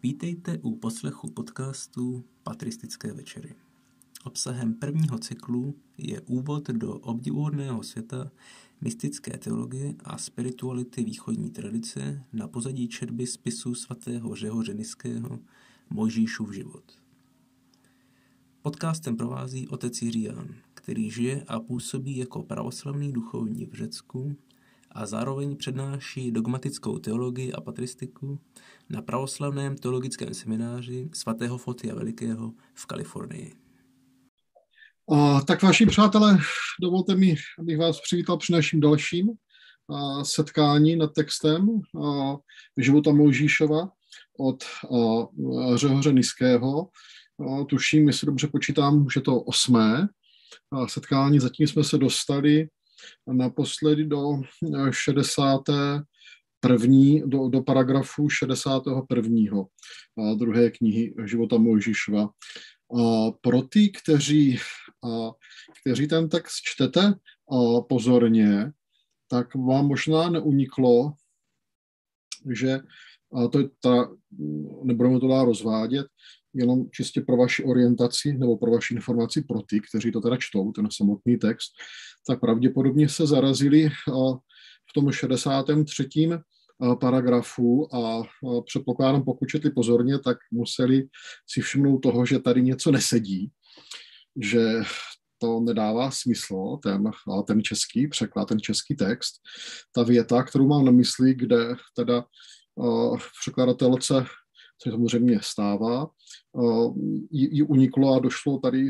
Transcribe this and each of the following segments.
Vítejte u poslechu podcastu Patristické večery. Obsahem prvního cyklu je úvod do obdivuhodného světa mystické teologie a spirituality východní tradice na pozadí četby spisu svatého Řehoře Nyského Mojžíšův život. Podcastem provází otec Jiří Ján, který žije a působí jako pravoslavný duchovní v Řecku a zároveň přednáší dogmatickou teologii a patristiku na pravoslavném teologickém semináři svatého Fotia Velikého v Kalifornii. Tak vážení přátelé, dovolte mi, abych vás přivítal při naším dalším setkání nad textem života Mojžíšova od Řehoře Nyského. Tuším, jestli dobře počítám, že to 8. setkání. Zatím jsme se dostali naposledy do 61. do paragrafu 61. druhé knihy života Mojžíšova. Pro ty, kteří ten text čtete pozorně, tak vám možná neuniklo, že nebudeme to dál rozvádět, jenom čistě pro vaši orientaci nebo pro vaši informaci pro ty, kteří to teda čtou, ten samotný text, tak pravděpodobně se zarazili v tom 63. paragrafu a předpokládám, pokud četli pozorně, tak museli si všimnout toho, že tady něco nesedí, že to nedává smysl, ten český překlad, ten český text. Ta věta, kterou mám na mysli, kde teda překladatelce, co samozřejmě stává, jí uniklo a došlo tady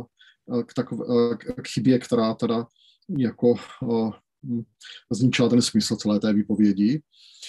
k chybě, která teda jako zničila ten smysl celé té výpovědi.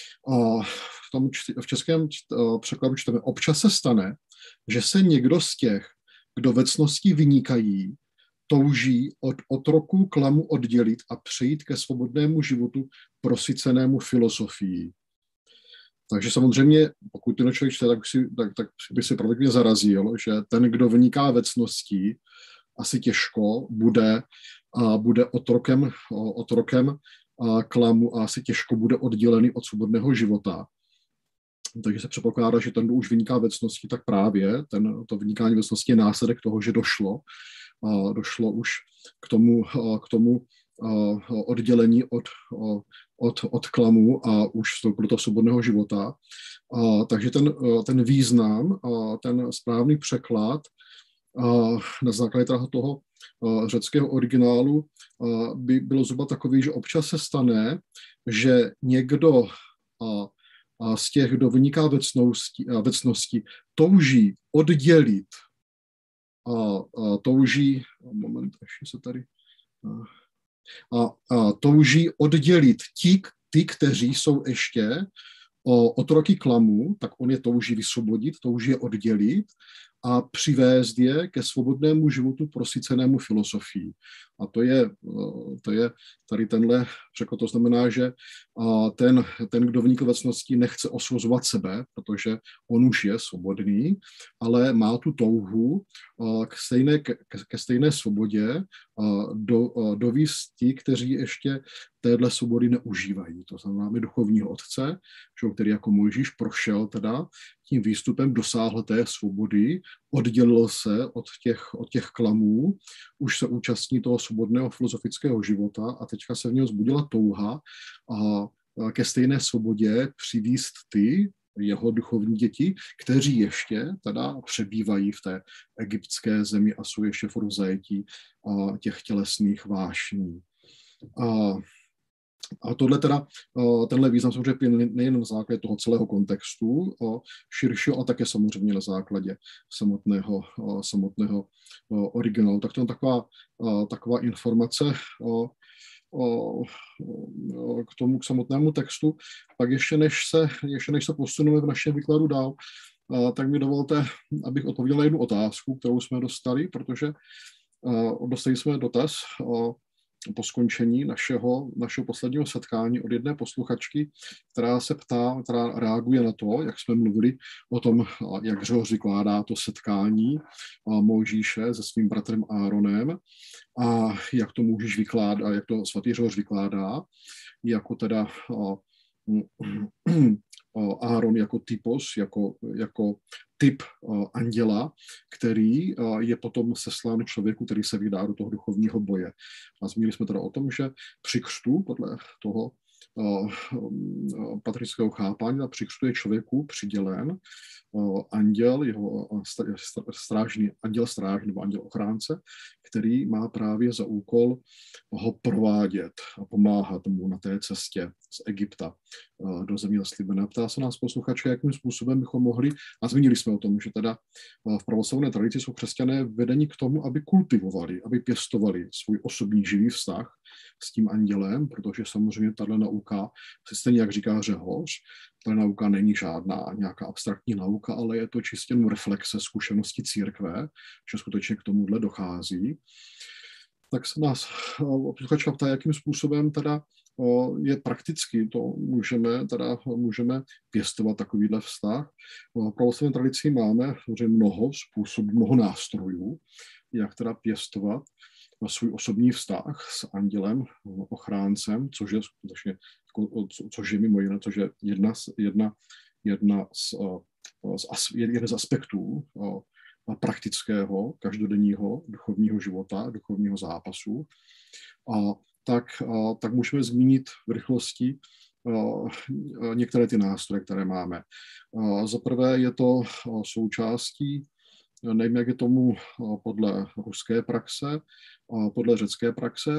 V českém překladu čteme: občas se stane, že se někdo z těch, kdo ve ctnosti vynikají, touží od otroků klamu oddělit a přejít ke svobodnému životu prosycenému filozofií. Takže samozřejmě, pokud ten člověk čte, tak by si pravděpodobně zarazil, že ten, kdo vyniká ve ctnosti, asi těžko bude otrokem klamu a asi těžko bude oddělený od svobodného života. Takže se předpokládá, že ten, kdo už vyniká ve ctnosti, tak právě to vynikání ve ctnosti je následek toho, že došlo už k tomu oddělení od klamu a už vstoupil do toho svobodného života. Takže ten význam, ten správný překlad na základě toho řeckého originálu by bylo zhruba takový, že občas se stane, že někdo z těch, kdo vyniká ve ctnosti, touží oddělit touží oddělit ty, kteří jsou ještě otroky klamu, tak on je touží vysvobodit, touží je oddělit a přivést je ke svobodnému životu prosycenému filozofii. A to je tady tenhle překlad, to znamená, že ten kdo vynikl ve ctnosti, nechce osvobozovat sebe, protože on už je svobodný, ale má tu touhu ke stejné svobodě dovést ti, kteří ještě téhle svobody neužívají. To znamená, máme duchovního otce, který jako Mojžíš prošel teda tím výstupem, dosáhl té svobody, oddělil se od těch klamů, už se účastní toho svobodného filozofického života a teďka se v něm vzbudila touha ke stejné svobodě přivést ty jeho duchovní děti, kteří ještě teda přebývají v té egyptské zemi a jsou ještě v zajetí těch tělesných vášní. A tenhle význam samozřejmě nejen na základě toho celého kontextu širšího, a také samozřejmě na základě samotného originálu. Tak to je taková informace k samotnému textu. Pak ještě než se posuneme v našem výkladu dál, tak mi dovolte, abych odpověděl na jednu otázku, kterou jsme dostali, protože dostali jsme dotaz po skončení našeho posledního setkání od jedné posluchačky, která se ptá, která reaguje na to, jak jsme mluvili o tom, jak Řehoř vykládá to setkání Mojžíše se svým bratrem Áronem a jak to Mojžíš vykládá, jak to svatý Řehoř vykládá, jako teda Áron jako typos, jako typ anděla, který je potom seslán člověku, který se vydá do toho duchovního boje. A zmínili jsme teda o tom, že při křtu, podle toho patrického chápání, a při křtu je člověku přidělen anděl, jeho anděl stráž nebo anděl ochránce, který má právě za úkol ho provádět a pomáhat mu na té cestě z Egypta do země zaslíbené. Ptá se nás posluchače, jakým způsobem bychom mohli, a zmínili jsme o tom, že teda v pravoslavné tradici jsou křesťané vedeni k tomu, aby kultivovali, aby pěstovali svůj osobní živý vztah s tím andělem, protože samozřejmě tato nauka, stejně jak říká Řehoř, ta nauka není žádná nějaká abstraktní nauka, ale je to čistě reflexe zkušenosti církve, že skutečně k tomuhle dochází. Tak se nás posluchačka ptá, jakým způsobem teda je prakticky, to můžeme pěstovat takovýhle vztah. V pravoslavné tradici máme mnoho způsobů, mnoho nástrojů, jak teda pěstovat svůj osobní vztah s andělem, ochráncem, což je mimo jiné, což je jeden z aspektů praktického, každodenního duchovního života, duchovního zápasu. Tak můžeme zmínit v rychlosti některé ty nástroje, které máme. Za prvé je to součástí, nevím, jak je tomu podle ruské praxe, podle řecké praxe,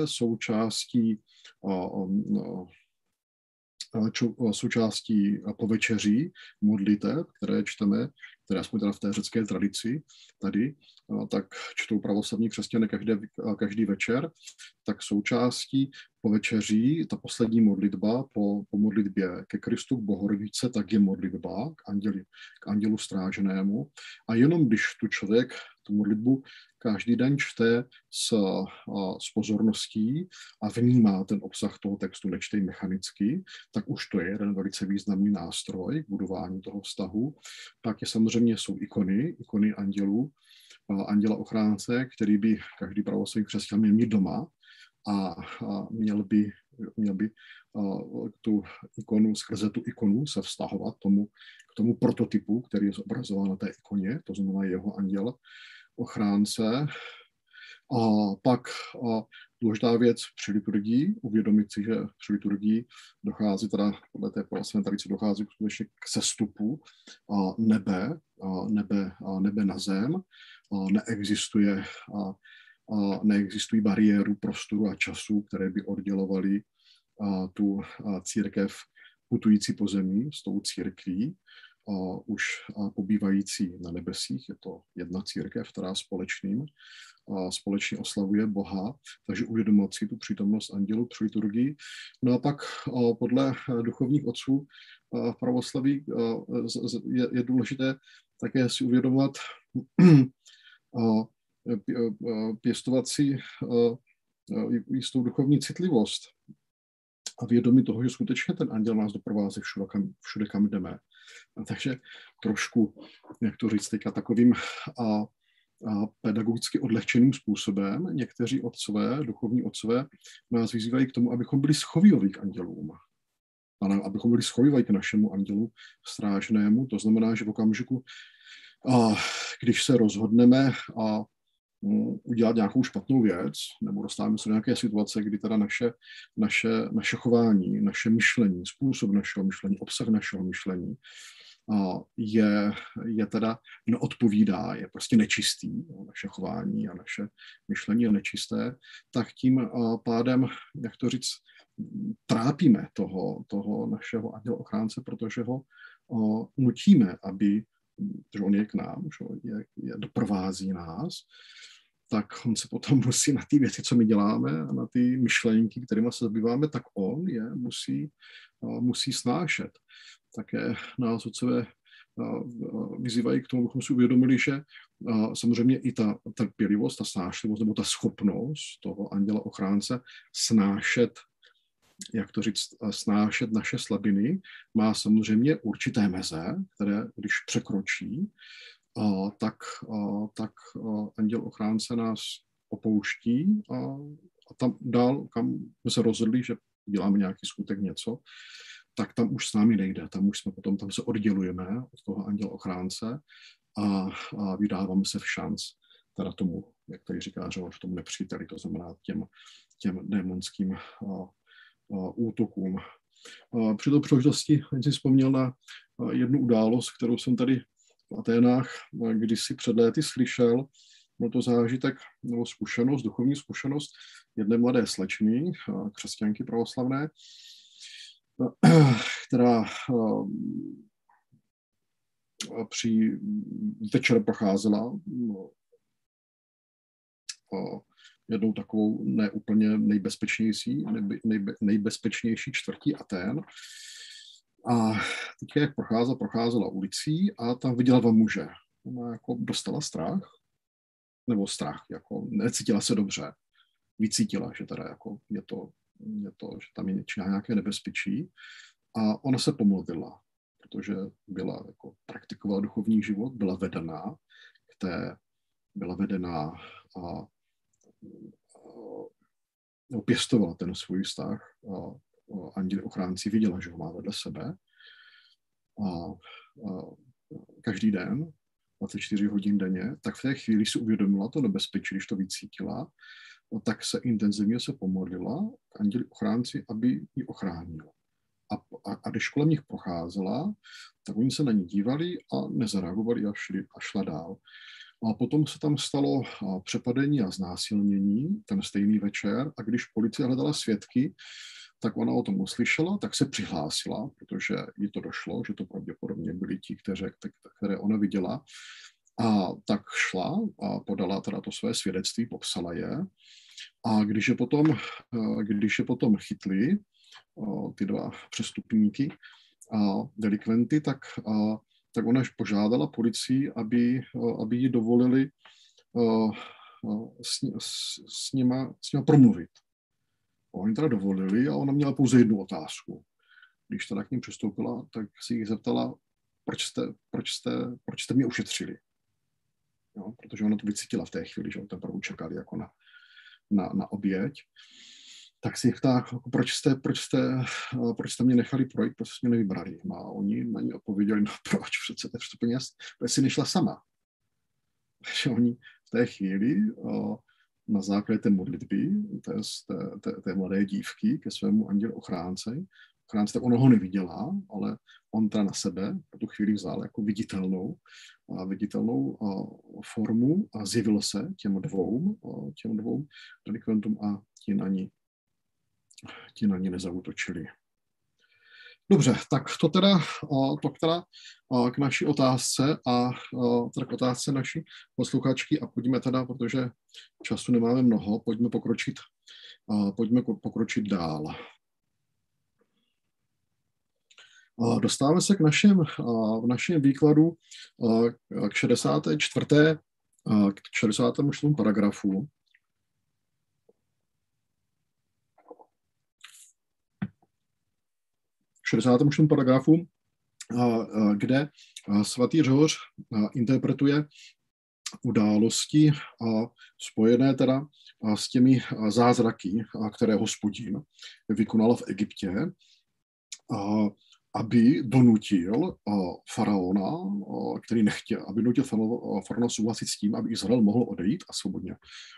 součástí povečeří modlitev, které čteme, které jsme teda v té řecké tradici tady, tak čtou pravoslavní křesťané každý večer, tak součástí povečeří, ta poslední modlitba po modlitbě ke Kristu, k Bohorodice, tak je modlitba k andělu stráženému. A jenom když tu člověk tu modlitbu každý den čte s pozorností a vnímá ten obsah toho textu, nečte mechanicky, tak už to je jeden velice významný nástroj k budování toho vztahu. Pak samozřejmě jsou ikony andělů, anděla ochránce, který by každý pravoslavný křesťan měl mít doma a měl by tu ikonu, skrze tu ikonu se vztahovat k tomu prototypu, který je zobrazován na té ikoně, to znamená jeho anděl ochránce. A pak důležitá věc při liturgii, uvědomit si, že při liturgii dochází teda podle té pravoslavné tradice dochází skutečně k sestupu nebe na zem. Neexistují bariéru prostoru a času, které by oddělovaly tu církev putující po zemi s tou církví, už pobývající na nebesích. Je to jedna církev, která společně oslavuje Boha, takže uvědomovat si tu přítomnost andělů při liturgii. No a pak podle duchovních otců v pravoslaví je důležité také si uvědomovat, pěstovat si jistou duchovní citlivost a vědomí toho, že skutečně ten anděl nás doprovází všude, kam jdeme. Takže trošku, jak to říct teďka, takovým pedagogicky odlehčeným způsobem někteří duchovní otcové nás vyzývají k tomu, abychom byli schovivoví k andělům. Abychom byli schovivoví k našemu andělu strážnému. To znamená, že v okamžiku, když se rozhodneme udělat nějakou špatnou věc, nebo dostáváme se do nějaké situace, kdy teda naše chování, naše myšlení, způsob našeho myšlení, obsah našeho myšlení je teda neodpovídá, je prostě nečistý, naše chování a naše myšlení je nečisté, tak tím pádem, jak to říct, trápíme toho našeho anděla ochránce, protože ho nutíme, že on je k nám, že doprovází nás, tak on se potom musí na ty věci, co my děláme, a na ty myšlenky, kterými se zabýváme, tak on je musí snášet. Také nás otcové vyzývají k tomu, abychom si uvědomili, že samozřejmě i ta trpělivost, ta snášlivost nebo ta schopnost toho anděla ochránce snášet, jak to říct, snášet naše slabiny, má samozřejmě určité meze, které když překročí, tak anděl ochránce nás opouští a tam dál, kam jsme se rozhodli, že děláme nějaký skutek, něco, tak tam už s námi nejde. Tam se oddělujeme od toho anděla ochránce a vydáváme se v šanc teda tomu, jak tady říká Řehoř, tomu nepříteli, to znamená těm démonským útokům. Při té příležitosti jsem si vzpomněl na jednu událost, kterou jsem tady v Aténách kdysi před léty slyšel. Byl to zážitek nebo duchovní zkušenost jedné mladé slečny, křesťanky pravoslavné, která při večer procházela jednou takovou neúplně nejbezpečnější čtvrtí Atén. A teď jak procházela ulicí a tam viděla dva muže. Ona jako dostala strach, jako necítila se dobře. Vycítila, že teda jako je to, že tam je nějaké nebezpečí. A ona se pomodlila, protože praktikovala duchovní život, byla vedená a pěstovala ten svůj vztah. Anděli ochránci viděla, že ho má vedle sebe. A každý den, 24 hodin denně, tak v té chvíli si uvědomila to nebezpečí, když to vycítila, tak se intenzivně pomodlila k anděli ochránci, aby ji ochránil. A když kolem nich procházela, tak oni se na ní dívali a nezareagovali a šla dál. A potom se tam stalo přepadení a znásilnění ten stejný večer a když policie hledala svědky, tak ona o tom uslyšela, tak se přihlásila, protože jí to došlo, že to pravděpodobně byli ti, které ona viděla. A tak šla a podala teda to své svědectví, popsala je. A když je potom chytli ty dva přestupníky a delikventy, tak ona požádala policii, aby jí dovolili s nima promluvit. Oni teda dovolili a ona měla pouze jednu otázku. Když teda k ním přistoupila, tak si jich zeptala, proč jste mě ušetřili. Jo, protože ona to vycítila v té chvíli, že teprve čekali jako na oběť. Tak si jich ptá, proč jste mě nechali projít, proč jste mě nevybrali. A oni na ní odpověděli, no proč, proč jsi nešla sama. Takže oni v té chvíli na základě té modlitby, té mladé dívky ke svému andělu ochránci, tak ona ho neviděla, ale on teda na sebe v tu chvíli vzal jako viditelnou formu a zjevil se těm dvou delikventům a ti na ní nezautočili. Dobře, tak to teda k naší otázce a teda k otázce naší posluchačky a pojďme teda, protože času nemáme mnoho, pojďme pokročit dál. Dostáváme se v našem výkladu k 64. k 64. paragrafu. K 64. paragrafu, kde svatý Řehoř interpretuje události spojené teda s těmi zázraky, které Hospodin vykonal v Egyptě, aby donutil faraona, který nechtěl, aby donutil faraona souhlasit s tím, aby Izrael mohl odejít a svobodně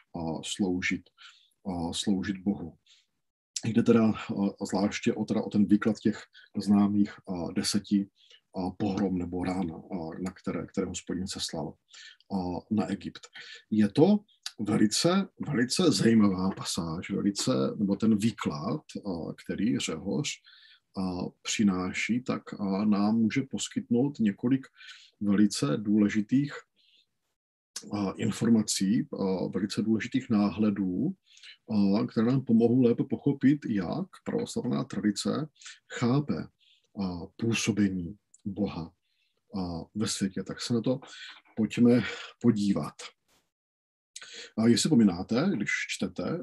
sloužit Bohu. Jde teda zvláště o ten výklad těch známých 10 pohrom nebo rán, na které Hospodin seslal na Egypt. Je to velice zajímavá pasáž, nebo ten výklad, který Řehoř přináší, tak nám může poskytnout několik velice důležitých informací, velice důležitých náhledů, které nám pomohou lépe pochopit, jak pravoslavná tradice chápe působení Boha ve světě. Tak se na to pojďme podívat. Jestli vzpomínáte, když čtete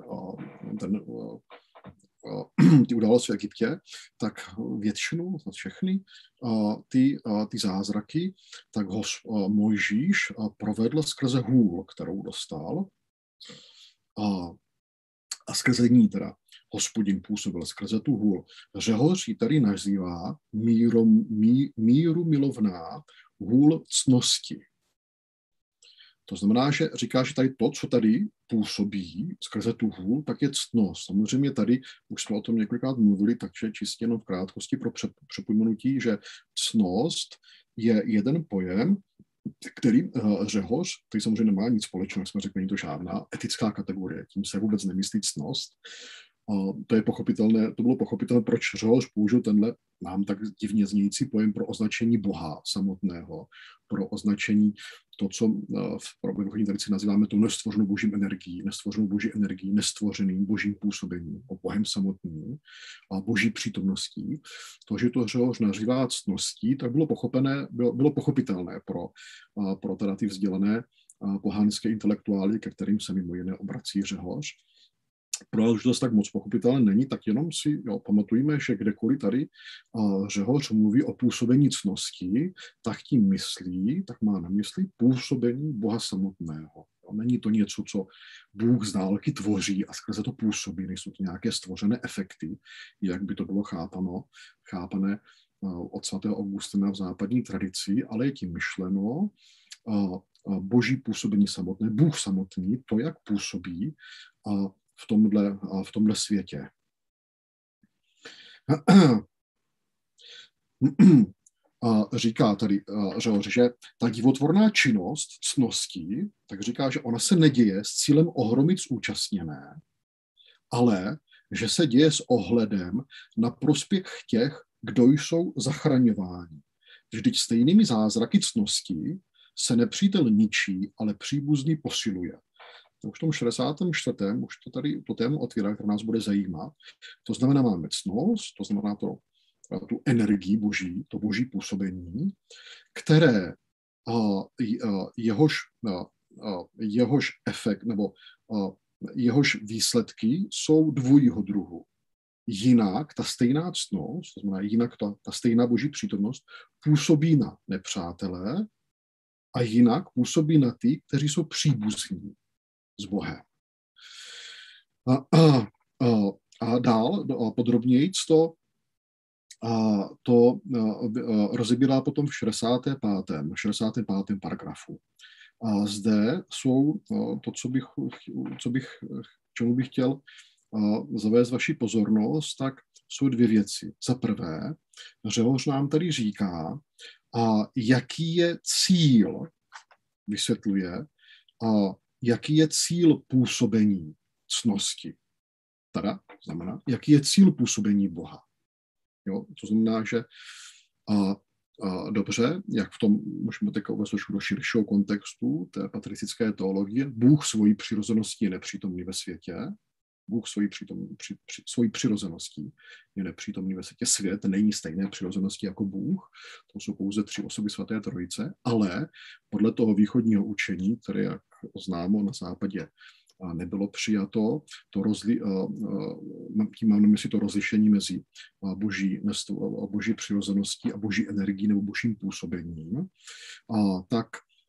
ty události v Egyptě, tak většinu, všechny ty zázraky, tak ho Mojžíš provedl skrze hůl, kterou dostal, a skrze ní teda Hospodin působil skrze tu hůl. Řehoř ji tady nazývá míru milovná hůl ctnosti. To znamená, že říká, že tady to, co tady působí skrze tu hůl, tak je ctnost. Samozřejmě tady, už jsme o tom několikrát mluvili, takže čistě jenom v krátkosti pro připomenutí, že ctnost je jeden pojem, který Řehoř, který samozřejmě nemá nic společného, jsme řekli, není to žádná etická kategorie, tím se vůbec nemyslí ctnost. To je pochopitelné, to bylo pochopitelné, proč Řehoř použil tenhle nám tak divně znějící pojem pro označení Boha samotného, pro označení to, co v pravoslavné tradici nazýváme tu nestvořenou božím energií, nestvořeným božím působením, Bohem samotným a boží přítomností. To, že to Řehoř nazývá ctností, tak bylo pochopitelné pro teda ty vzdělané pohánské intelektuály, ke kterým se mimo jiné obrací Řehoř. Protože to tak moc pochopitelné není, tak jenom si pamatujeme, že kdekoliv tady Řehoř mluví o působení ctnosti, tak tím myslí, tak má na mysli působení Boha samotného. Není to něco, co Bůh z dálky tvoří a skrze to působí, nejsou to nějaké stvořené efekty, jak by to bylo chápané od svatého Augustina v západní tradici, ale je tím myšleno boží působení samotné, Bůh samotný, to, jak působí v tomhle světě. Říká tady Řehoř, že ta divotvorná činnost ctností, tak říká, že ona se neděje s cílem ohromit zúčastněné, ale že se děje s ohledem na prospěch těch, kdo jsou zachraňováni. Vždyť stejnými zázraky ctností se nepřítel ničí, ale příbuzný posiluje. Už v tom 64. už to tady to téma otvírá, které nás bude zajímat. To znamená, máme ctnost, to znamená tu energii boží, to boží působení, které jehož efekt nebo jehož výsledky jsou dvojího druhu. Jinak ta stejná ctnost, to znamená jinak ta stejná boží přítomnost, působí na nepřátele a jinak působí na ty, kteří jsou příbuzní s Bohem. A dál podrobněji to rozebírá potom v 65. paragrafu. A zde jsou to, čemu bych chtěl zavést vaši pozornost, tak jsou dvě věci. Za prvé, Řehoř nám tady říká, jaký je cíl, vysvětluje, jaký je cíl působení ctnosti. Teda znamená, jaký je cíl působení Boha. Jo? To znamená, že dobře, jak v tom můžeme teď uvést do širšího kontextu té patristické teologie, Bůh svojí přirozeností je nepřítomný ve světě, Bůh svojí přirozeností je nepřítomný ve světě. Svět není stejné přirozenosti jako Bůh, to jsou pouze 3 osoby svaté trojice, ale podle toho východního učení, které, jak známo, na západě nebylo přijato, tím mám na mysli to rozlišení mezi boží přirozeností a boží energií nebo božím působením, tak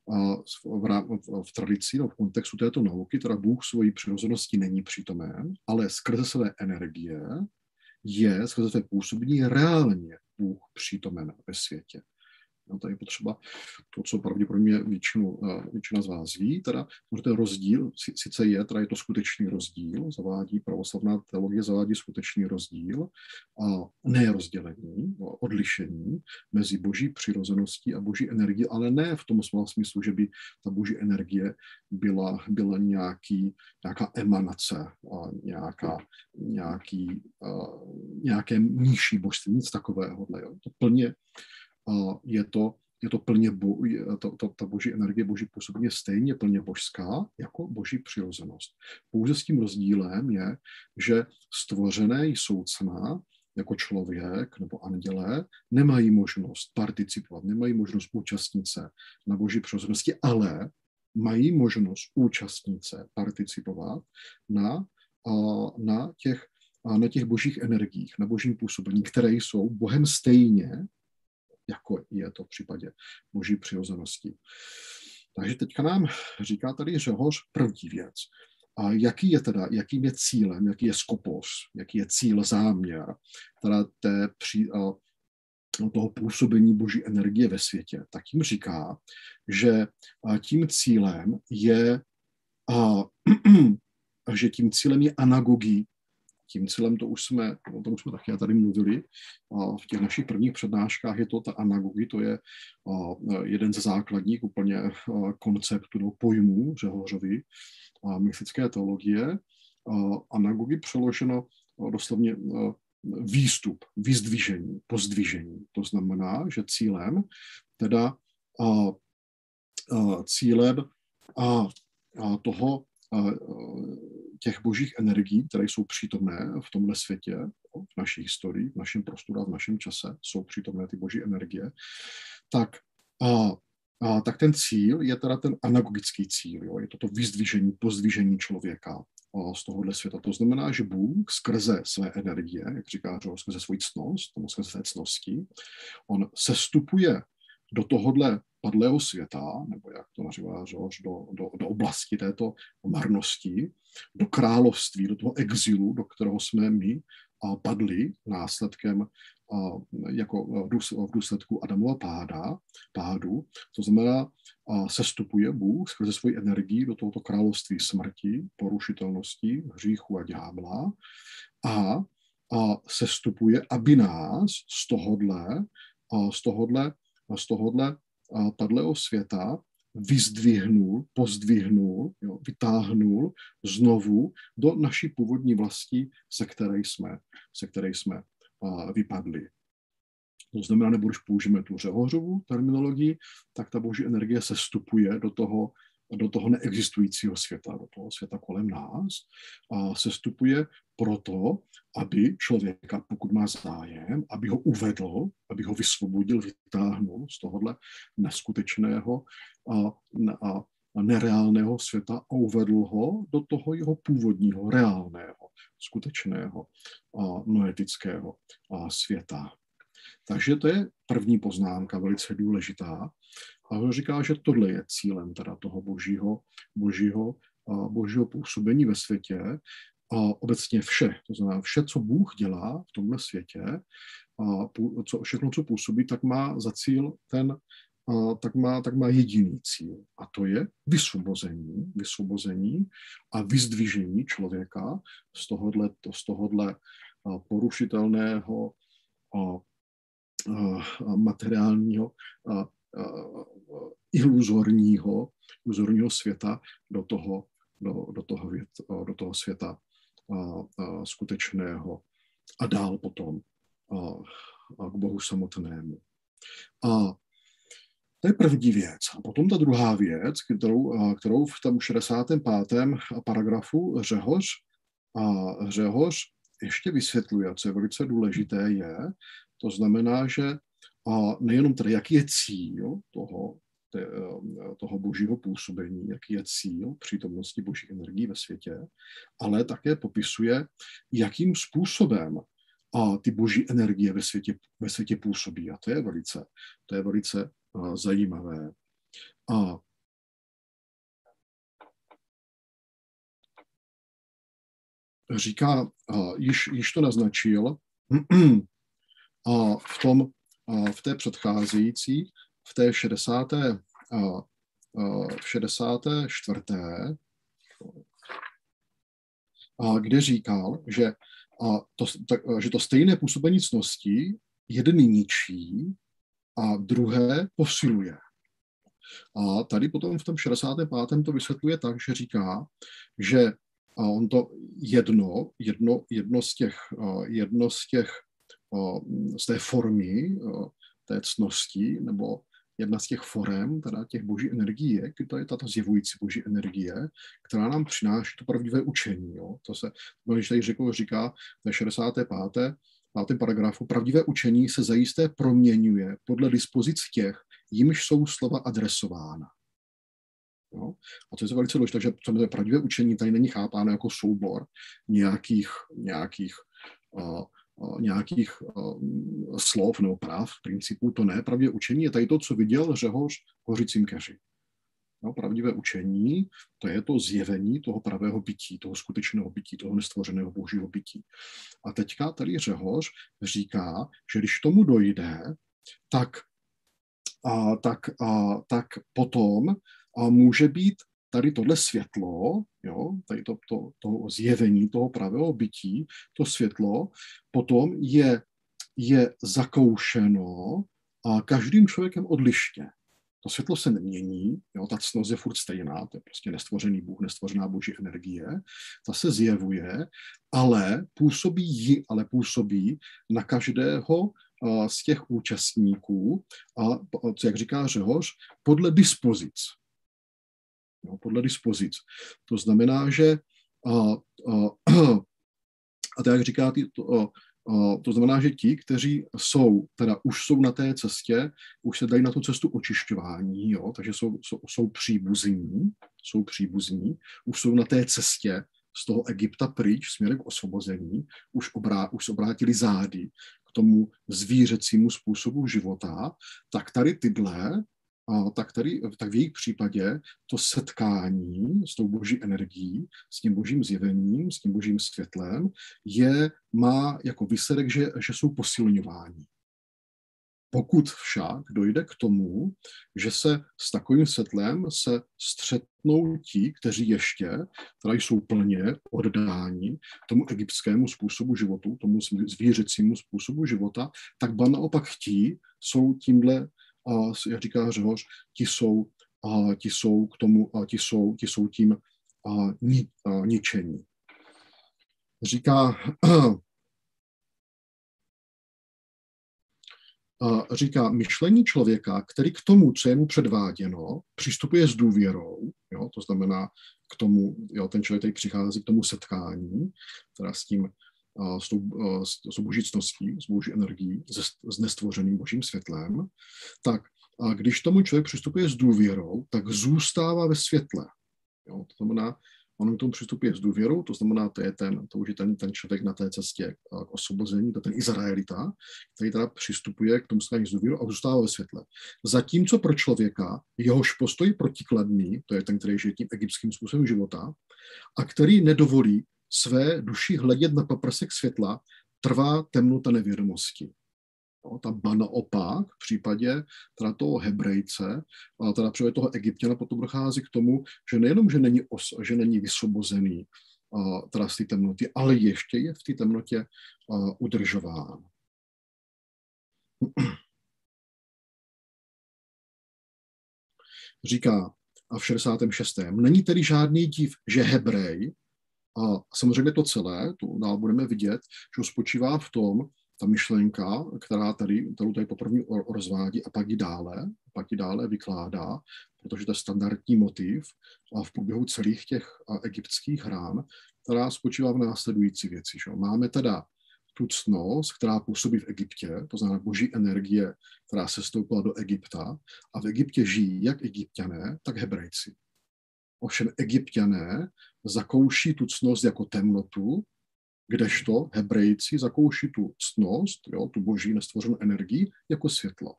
v tradici, v kontextu této nauky, teda Bůh svojí přirozeností není přítomen, ale skrze své energie skrze své působení reálně Bůh přítomen ve světě. No, tady je potřeba to, co pravděpodobně většina z vás ví, teda ten rozdíl, sice je to skutečný rozdíl, pravoslavná teologie zavádí skutečný rozdíl a ne rozdělení, odlišení mezi boží přirozeností a boží energií, ale ne v tom smyslu, že by ta boží energie byla nějaká emanace, nějaké nižší božství, nic takového. To plně je to plně ta boží energie, boží působení je stejně plně božská jako boží přirozenost. Pouze s tím rozdílem je, že stvořené jsou cna jako člověk nebo andělé nemají možnost participovat, nemají možnost účastnit se na boží přirozenosti, ale mají možnost účastnit se, participovat na těch božích energiích, na božím působení, které jsou Bohem stejně, jako je to v případě boží přirozenosti. Takže teďka nám říká tady Řehoř první věc. A jakým je cílem, jaký je skopos, jaký je cíl, záměr teda toho působení boží energie ve světě, tak jim říká, že tím cílem je že tím cílem je anagogy. Tím cílem, to už jsme taky tady mluvili, v těch našich prvních přednáškách je to ta anagogy, to je jeden ze základních úplně konceptů nebo pojmů Řehořovy mystické teologie. Anagogy přeloženo doslovně výstup, vyzdvižení, pozdvižení. To znamená, že cílem těch božích energií, které jsou přítomné v tomhle světě, v naší historii, v našem prostoru a v našem čase, jsou přítomné ty boží energie, tak ten cíl je teda ten anagogický cíl. Jo? Je to vyzdvižení, pozdvižení člověka z tohohle světa. To znamená, že Bůh skrze své energie, jak říká, že skrze svoji ctnost, nebo skrze své ctnosti, on sestupuje do tohohle padlého světa, nebo jak to nazývá, do oblasti této marnosti, do království, do toho exilu, do kterého jsme my padli následkem jako v důsledku Adamova pádu. To znamená, sestupuje Bůh skrze svoji energii do tohoto království smrti, porušitelnosti, hříchu a ďábla a sestupuje, aby nás z tohohle padlého světa pozdvihnul, vytáhnul znovu do naší původní vlasti, se které jsme vypadli. To znamená, nebo když použijeme tu Řehořovu terminologii, tak ta boží energie se vstupuje do toho neexistujícího světa, do toho světa kolem nás a se vstupuje proto, aby člověka, pokud má zájem, aby ho uvedl, aby ho vysvobodil, vytáhnul z tohohle neskutečného a nereálného světa a uvedl ho do toho jeho původního, reálného, skutečného noetického světa. Takže to je první poznámka, velice důležitá. A on říká, že tohle je cílem teda toho božího působení ve světě. A obecně vše, to znamená vše, co Bůh dělá v tomhle světě, všechno, co působí, tak má za cíl tak má jediný cíl. A to je vysvobození a vyzdvižení člověka z tohohle porušitelného materiálního iluzorního světa do toho světa skutečného a dál potom k Bohu samotnému. A to je první věc. A potom ta druhá věc, kterou v tom 65. paragrafu Řehoř ještě vysvětluje, co je velice důležité, to znamená, že nejenom tedy, jaký je cíl toho božího působení, jaký je cíl přítomnosti božích energií ve světě, ale také popisuje, jakým způsobem ty boží energie ve světě působí. A to je velice zajímavé. Říká, již to naznačil, v té předcházející, v té 64. Kde říkal, že to stejné působení ctnosti jedny ničí a druhé posiluje. A tady potom v tom 65. to vysvětluje tak, že říká, že on to jedno z té formy té ctnosti, nebo jedna z těch forem, teda těch boží energií je, to je tato zjevující boží energie, která nám přináší to pravdivé učení. Jo. To se, když tady říká ve 65. paragrafu, pravdivé učení se zajisté proměňuje podle dispozic těch, jimž jsou slova adresována. Jo. A to je velice důležité, že pravdivé učení tady není chápáno jako soubor nějakých slov nebo práv, principů, to ne. Pravdivé učení je tady to, co viděl Řehoř v hořícím keři. No, pravdivé učení, to je to zjevení toho pravého bytí, toho skutečného bytí, toho nestvořeného božího bytí. A teďka tady Řehoř říká, že když tomu dojde, tak potom může být tady tohle světlo, jo, tady to zjevení toho pravého bytí, to světlo, potom je zakoušeno každým člověkem odlišně. To světlo se nemění, jo, ta ctnost je furt stejná, to je prostě nestvořený Bůh, nestvořená boží energie, ta se zjevuje, ale působí na každého z těch účastníků, a jak říká Řehoř, podle dispozic. No, podle dispozic. To znamená, že a tak jak říká, to znamená, že ti, kteří už jsou na té cestě, už se dají na tu cestu očišťování, jo, takže jsou příbuzní, už jsou na té cestě z toho Egypta pryč, směrem k osvobození, už se obrátili zády k tomu zvířecímu způsobu života, tak tady tak v jejich případě to setkání s tou boží energií, s tím božím zjevením, s tím božím světlem má jako výsledek, že jsou posilňováni. Pokud však dojde k tomu, že se s takovým světlem se střetnou ti, kteří ještě teda jsou plně oddáni tomu egyptskému způsobu životu, tomu zvířecímu způsobu života, tak ba naopak ti jsou tímhle, jak říká Řehoř, ti jsou tím ničení. Říká myšlení člověka, který k tomu, co je mu předváděno, přistupuje s důvěrou, jo, to znamená k tomu, jo, ten člověk tady přichází k tomu setkání, teda s tou boží ctností, s boží energií, s nestvořeným božím světlem, tak když tomu člověk přistupuje s důvěrou, tak zůstává ve světle. Jo, to znamená, on k tomu přistupuje s důvěrou, to znamená, to už je ten člověk na té cestě k osvobození, to je ten Izraelita, který teda přistupuje k tomu setkání s důvěrou a zůstává ve světle. Zatímco pro člověka, jehož postoj protikladný, to je ten, který žije tím egyptským způsobem života, a který nedovolí své duši hledět na paprsek světla, trvá temnota nevědomosti. No, ta ba naopak v případě teda toho Hebrejce, teda v případě toho Egypťana potom dochází k tomu, že nejenom, že není vysvobozený teda z té temnoty, ale ještě je v té temnotě udržován. Říká v 66. Není tedy žádný div, že Hebrej, a samozřejmě to celé, to dál budeme vidět, že spočívá v tom, ta myšlenka, kterou tady poprvé rozvádí a pak ji dále vykládá, protože to je standardní motiv a v průběhu celých těch egyptských hrám, která spočívá v následující věci. Že? Máme teda tu ctnost, která působí v Egyptě, to znamená boží energie, která se stoupila do Egypta a v Egyptě žijí jak Egypťané, tak Hebrejci. Ovšem Egypťané zakouší tu ctnost jako temnotu, kdežto Hebrejci zakouší tu ctnost, jo, tu boží nestvořenou energii, jako světlo.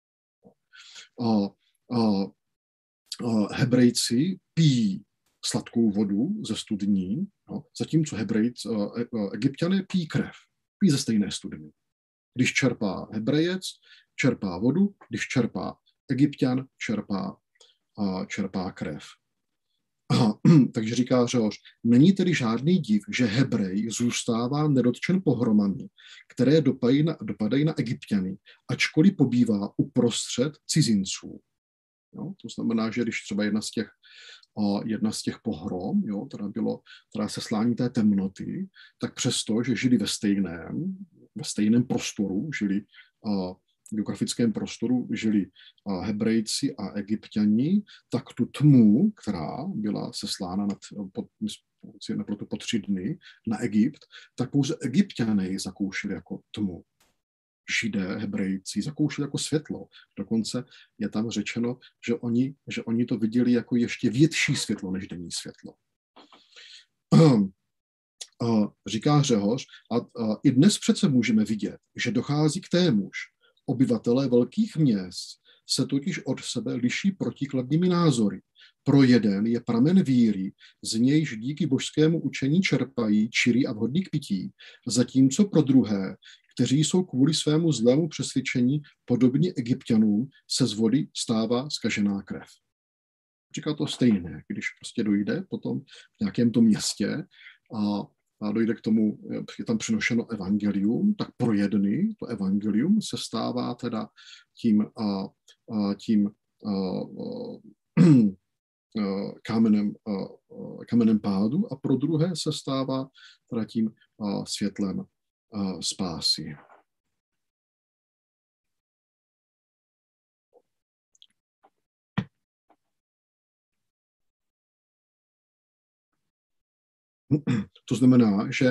Hebrejci pijí sladkou vodu ze studní, jo, zatímco Egypťané pijí krev, pijí ze stejné studny. Když čerpá Hebrejec, čerpá vodu, když čerpá Egypťan, čerpá krev. Takže říká Řehoř, není tedy žádný div, že Hebrej zůstává nedotčen pohromami, které dopadají na Egypťany, ačkoliv pobývá uprostřed cizinců. Jo? To znamená, že když třeba jedna z těch pohrom, jo, teda seslání té temnoty, tak přesto, že žili ve stejném prostoru, v geografickém prostoru žili Hebrejci a Egypťani, tak tu tmu, která byla seslána po 3 dny na Egypt, tak pouze Egypťané ji zakoušeli jako tmu. Židé, Hebrejci zakoušeli jako světlo. Dokonce je tam řečeno, že oni to viděli jako ještě větší světlo než denní světlo. Říká Řehoř, a i dnes přece můžeme vidět, že dochází k témuž. Obyvatelé velkých měst se totiž od sebe liší protikladnými názory. Pro jeden je pramen víry, z nějž díky božskému učení čerpají čirý a vhodný k pití, zatímco pro druhé, kteří jsou kvůli svému zlému přesvědčení podobně Egypťanům, se z vody stává zkažená krev. Říká to stejné, když prostě dojde potom v nějakém tom městě a dojde k tomu, je tam přinošeno evangelium, tak pro jedny to evangelium se stává teda tím kamenem pádu a pro druhé se stává teda tím světlem spásy. To znamená, že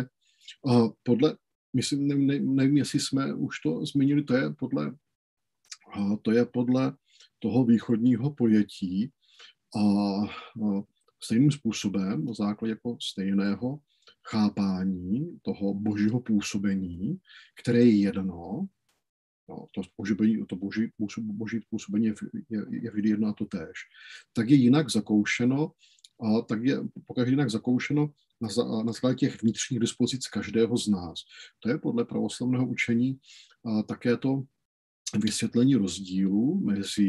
nevím, jestli jsme už to zmínili, to je podle toho východního pojetí a stejným způsobem, na základě jako stejného chápání toho božího působení, které je jedno, to boží působení je vždy jedno a to též, tak je jinak zakoušeno, pokaždé jinak zakoušeno na základě těch vnitřních dispozic každého z nás. To je podle pravoslavného učení také to vysvětlení rozdílu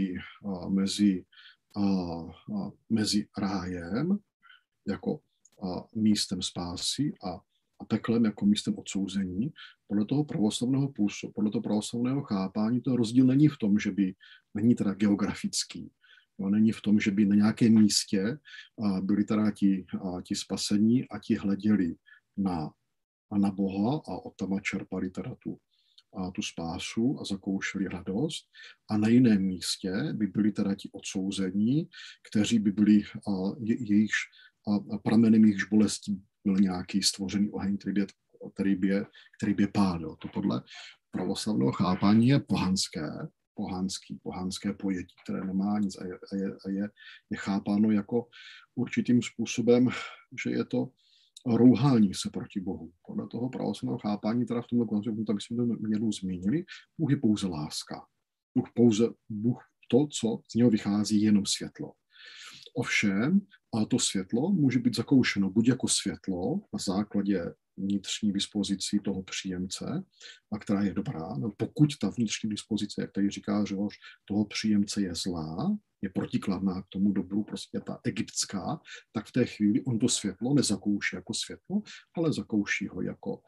mezi rájem jako místem spásy a peklem jako místem odsouzení. Podle toho pravoslavného chápání to rozdíl není v tom, že by není teda geografický. Není v tom, že by na nějakém místě byli teda ti spasení a ti hleděli na Boha a od tam čerpali teda tu spásu a zakoušeli radost. A na jiném místě by byli teda ti odsouzení, kteří by byli pramenem jejichž bolestí byl nějaký stvořený oheň, který by je pálil. To podle pravoslavného chápání je pohanské pojetí, které nemá nic a je chápáno jako určitým způsobem, že je to rouhání se proti Bohu. Podle toho pravoslavného chápání, teda v tomhle konceptu, tak jsme to měli zmínili, Bůh je pouze láska. Bůh to, co z něho vychází, je jenom světlo. Ovšem, a to světlo může být zakoušeno buď jako světlo na základě vnitřní dispozici toho příjemce, a která je dobrá, no pokud ta vnitřní dispozice, jak tady říká Řehoř, toho příjemce je zlá, je protikladná k tomu dobru, prostě ta egyptská, tak v té chvíli on to světlo nezakouší jako světlo, ale zakouší ho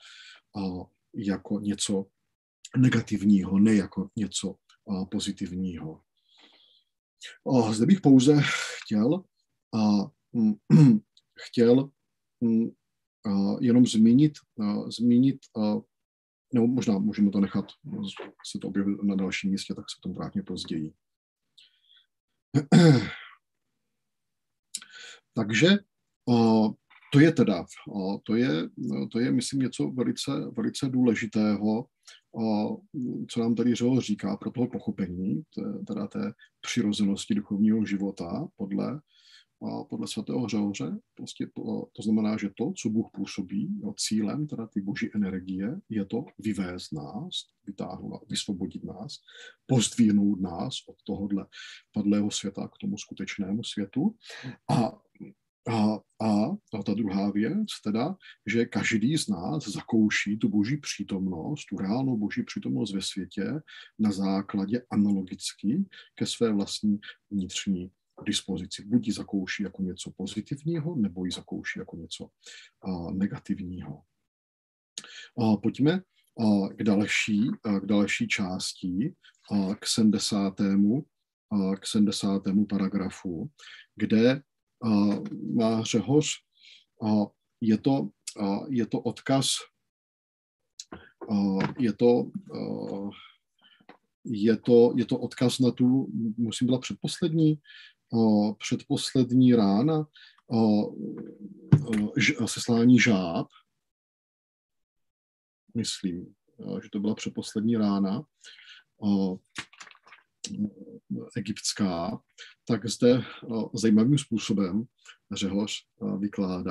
jako něco negativního, ne jako něco pozitivního. Zde bych pouze chtěl jenom zmínit, nebo možná můžeme to nechat, se to objeví na dalším místě, tak se to vrátně později. Takže to je, myslím, něco velice důležitého, co nám tady Řehoř říká pro toho pochopení, teda té přirozenosti duchovního života podle svatého Řehoře. Prostě to znamená, že to, co Bůh působí, cílem teda ty boží energie, je to vyvést nás, vytáhnout, vysvobodit nás, pozdvihnout nás od tohohle padlého světa k tomu skutečnému světu. A ta druhá věc, teda, že každý z nás zakouší tu boží přítomnost, tu reálnou boží přítomnost ve světě na základě analogicky ke své vlastní vnitřní dispozici. Buď ji zakouší jako něco pozitivního, nebo ji zakouší jako něco negativního. Pojďme k další části, k 70. paragrafu, kde má Řehoř, je to odkaz, je to odkaz na tu, musím byla předposlední rána seslání žáb, myslím, že to byla předposlední rána egyptská, tak zde zajímavým způsobem Řehoř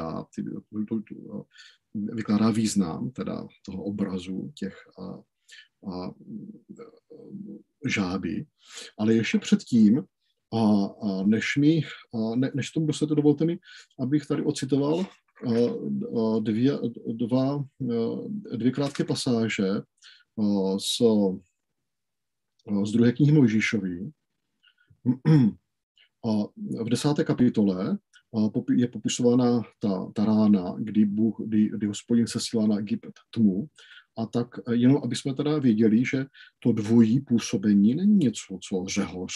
vykládá význam teda toho obrazu žáby. Ale ještě předtím, než tomu dostate, dovolte mi, abych tady ocitoval dvě krátké pasáže z druhé knihy Mojžíšový. V 10. kapitole je popisována ta rána, kdy Hospodin sesílá na Egypt tmu. A tak jenom, aby jsme teda věděli, že to dvojí působení není něco, co Řehoř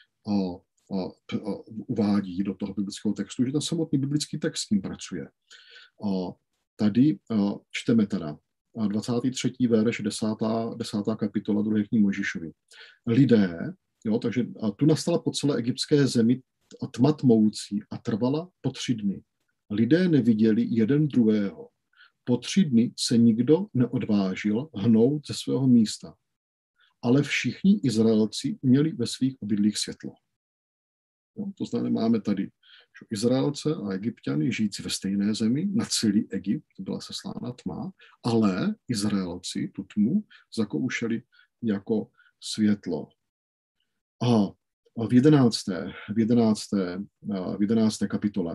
uvádí do toho biblického textu, že ten samotný biblický text s tím pracuje. Tady čteme teda 23. verš 10. kapitola 2. knihy Mojžíšovi. Lidé, takže tu nastala po celé egyptské zemi tma tmoucí a trvala po 3 dny. Lidé neviděli jeden druhého. Po 3 dny se nikdo neodvážil hnout ze svého místa. Ale všichni Izraelci měli ve svých obydlích světlo. To znamená, máme tady Izraelce a Egypťany žijící ve stejné zemi, na celý Egypt byla seslána tma, ale Izraelci tu tmu zakoušeli jako světlo. A v 11. kapitole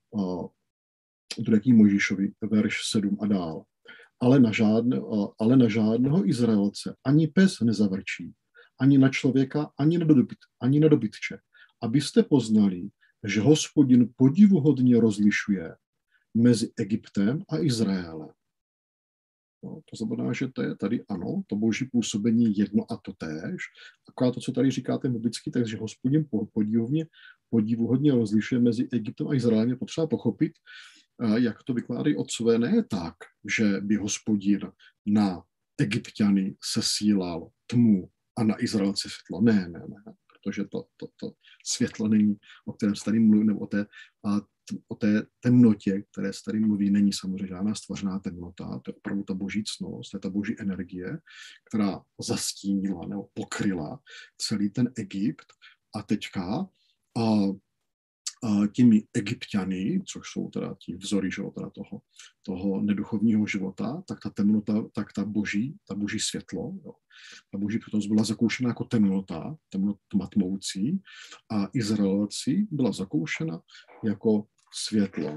2. Mojžíšovi, verš 7 a dál. Ale na žádného Izraelce ani pes nezavrčí, ani na člověka, ani na dobytče, abyste poznali, že Hospodin podivuhodně rozlišuje mezi Egyptem a Izraelem. To znamená, že to je tady ano, to boží působení jedno a to též. Akorát to, co tady říkáte biblicky, takže Hospodin podivuhodně rozlišuje mezi Egyptem a Izraelem, je potřeba pochopit, jak to vykládají otcové, ne tak, že by Hospodin na Egypťany sesílal tmu a na Izraelce světlo. Ne, protože to světlo není, o kterém se tady mluví, nebo o té temnotě, které se tady mluví, není samozřejmě žádná stvořená temnota, to je opravdu ta boží ctnost, to je ta boží energie, která zastínila nebo pokryla celý ten Egypt a teďka těmi Egypťany, což jsou teda ti vzory života toho neduchovního života, tak ta temnota, tak ta boží světlo, ta boží přítomnost byla zakoušena jako temnota tmoucí a Izraelci byla zakoušena jako světlo.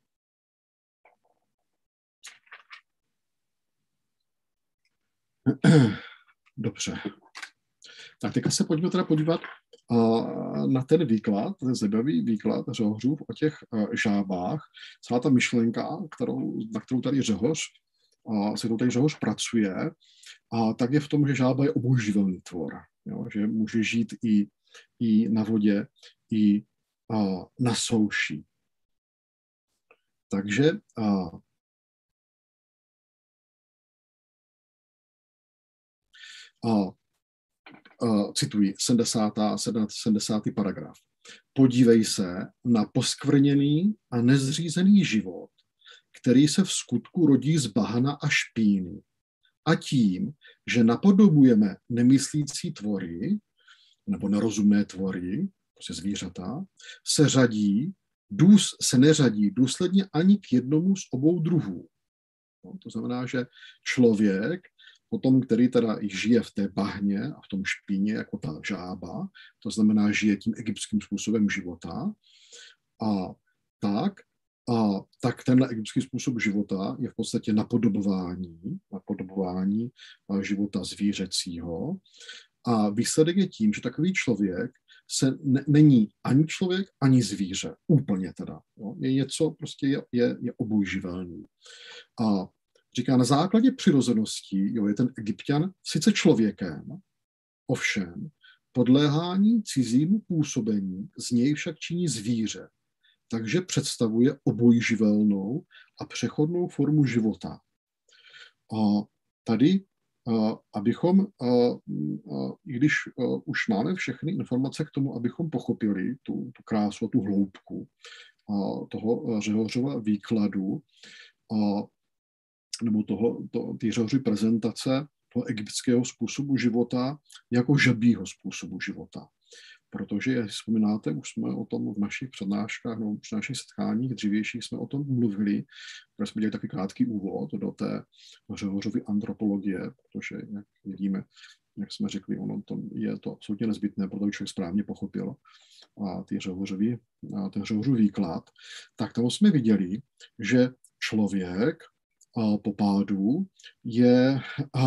Dobře. Tak teďka se pojďme teda podívat na ten výklad, ten zajímavý výklad Řehořův o těch žábách. Celá ta myšlenka, na kterou tady Řehoř pracuje, tak je v tom, že žába je obojživelný tvor. Jo? Že může žít i na vodě, i na souši. Takže cituji 70. paragraf. Podívej se na poskvrněný a nezřízený život, který se v skutku rodí z bahna a špíny. A tím, že napodobujeme nemyslící tvory, nebo nerozumné tvory, prostě zvířata, se neřadí důsledně ani k jednomu z obou druhů. No, to znamená, že člověk, potom, který teda žije v té bahně a v tom špíně, jako ta žába, to znamená, žije tím egyptským způsobem života, tak tenhle egyptský způsob života je v podstatě napodobování života zvířecího. A výsledek je tím, že takový člověk není ani člověk, ani zvíře. Úplně teda. Jo? Je něco, prostě je obojživelný. A říká, na základě přirozenosti je ten Egypťan sice člověkem, ovšem podléhání cizímu působení z něj však činí zvíře, takže představuje obojživelnou a přechodnou formu života. A tady, abychom, i když už máme všechny informace k tomu, abychom pochopili tu krásu a tu hloubku toho Řehořova výkladu, nebo té Řehořovy prezentace toho egyptského způsobu života jako žabího způsobu života. Protože, jak vzpomínáte, už jsme o tom v našich přednáškách, no, v našich setkáních dřívějších jsme o tom mluvili, kde jsme dělali takový krátký úvod do té Řehořovy antropologie, protože, jak vidíme, jak jsme řekli, je to absolutně nezbytné, protože člověk správně pochopil ten Řehořový výklad, tak tam jsme viděli, že člověk po pádu je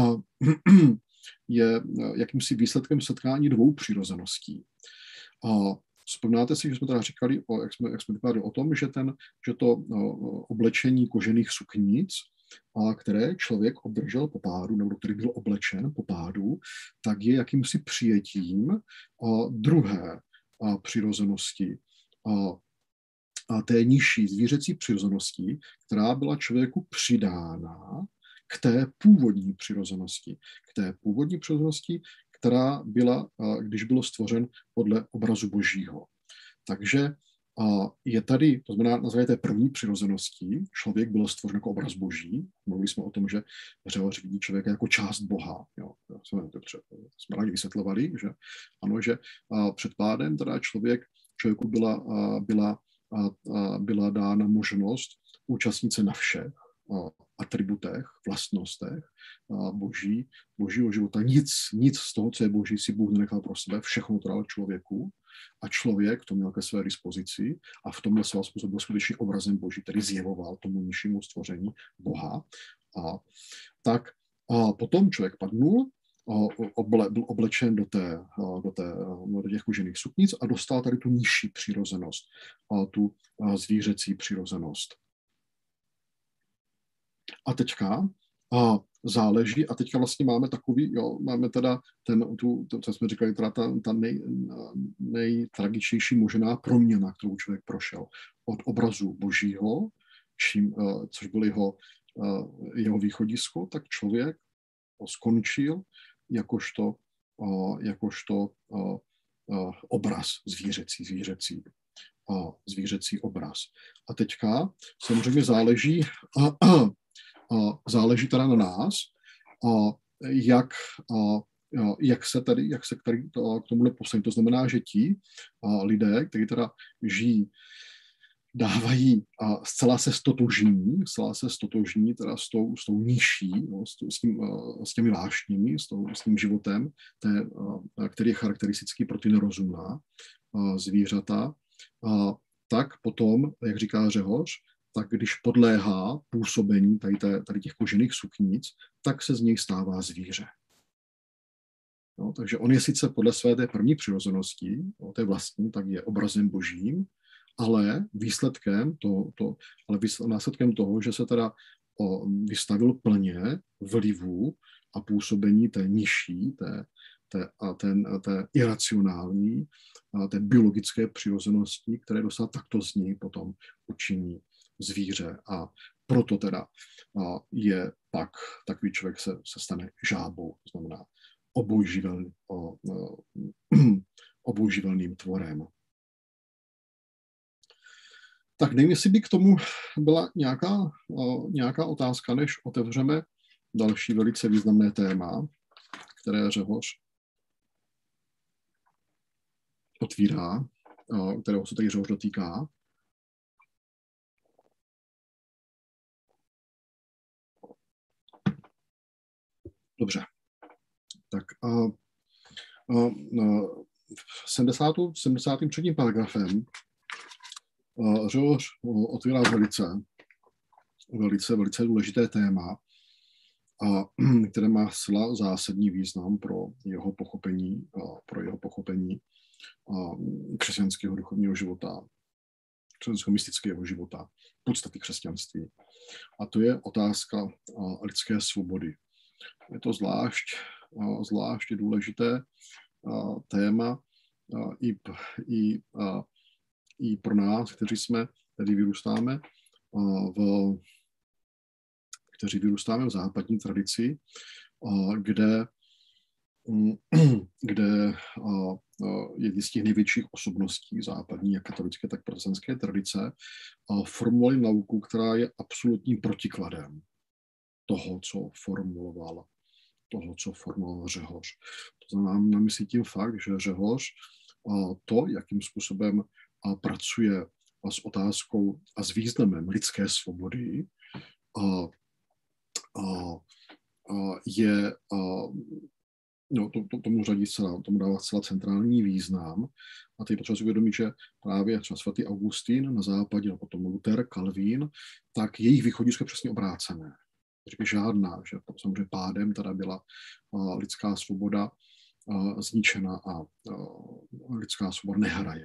jakýmsi výsledkem setkání dvou přirozeností. A vzpomínáte si, že jsme teda říkali, jak jsme říkali o tom, že to oblečení kožených suknic, které člověk obdržel po pádu, nebo který byl oblečen po pádu, tak je jakýmsi přijetím druhé přirozenosti, a té nižší zvířecí přirozenosti, která byla člověku přidána k té původní přirozenosti. K té původní přirozenosti, která byla, když byl stvořen podle obrazu Božího. Takže je tady, to znamená, na základě té první přirozenosti, člověk byl stvořen jako obraz Boží. Mluvili jsme o tom, že Řehoř vidí člověka jako část Boha. Jo. Jsme rádi vysvětlovali, že ano, že před pádem teda člověku byla dána možnost účastnit se na všech atributech, vlastnostech božího života. Nic z toho, co je boží, si Bůh nenechal pro sebe, všechno to dal člověku a člověk to měl ke své dispozici a v tomhle svém způsobu byl skutečně obrazem boží, který zjevoval tomu nižšímu stvoření Boha. A potom člověk padnul, byl oblečen do těch kožených suknic a dostal tady tu nižší přirozenost, tu zvířecí přirozenost. A teďka záleží, a teďka vlastně máme takový, máme teda co jsme říkali, teda ta nejtragičnější možná proměna, kterou člověk prošel od obrazu Božího, což byl jeho východisko, tak člověk skončil jakožto obraz zvířecí obraz. A teďka samozřejmě záleží teda na nás, jak se tady k tomu postavit. To znamená, že ti lidé, kteří teda žijí, dávají zcela se stotožní teda s tou nižší, s těmi vášněmi, s tím životem, který je charakteristický pro ty nerozumná zvířata, tak potom, jak říká Řehoř, tak když podléhá působení tady těch kožených suknic, tak se z něj stává zvíře. No, takže on je sice podle své té první přirozenosti, té vlastní, tak je obrazem božím, ale následkem toho, že se teda vystavil plně vlivu a působení té nižší, té iracionální, té biologické přirozenosti, které dostal, takto z něj potom učiní zvíře. A proto teda je pak takový člověk se stane žábou, to znamená obojživelným tvorem. Tak nevím, jestli by k tomu byla nějaká otázka, než otevřeme další velice významné téma, které Řehoř otvírá, kterého se tady Řehoř dotýká. Dobře. Tak v 73. paragrafem Řehoř otvírá velice důležité téma, které má zcela zásadní význam pro jeho pochopení křesťanského duchovního života, křesťanského mystického života, podstaty křesťanství. A to je otázka lidské svobody. Je to zvlášť důležité téma i pro nás, kteří vyrůstáme v západní tradici, kde jedni z těch největších osobností západní, jak katolické, tak protestantské tradice, formulovali nauku, která je absolutním protikladem toho, co formuloval Řehoř. To znamená, mám si tím fakt, že Řehoř to, jakým způsobem pracuje s otázkou a s významem lidské svobody, je, no, tomu dává zcela centrální význam. A teď potřeba si uvědomit, že právě třeba svatý Augustín na západě, a potom Luther, Calvin, tak jejich východisko je přesně obrácené. Říká žádná, že samozřejmě pádem teda byla lidská svoboda zničena a lidská svoboda nehraje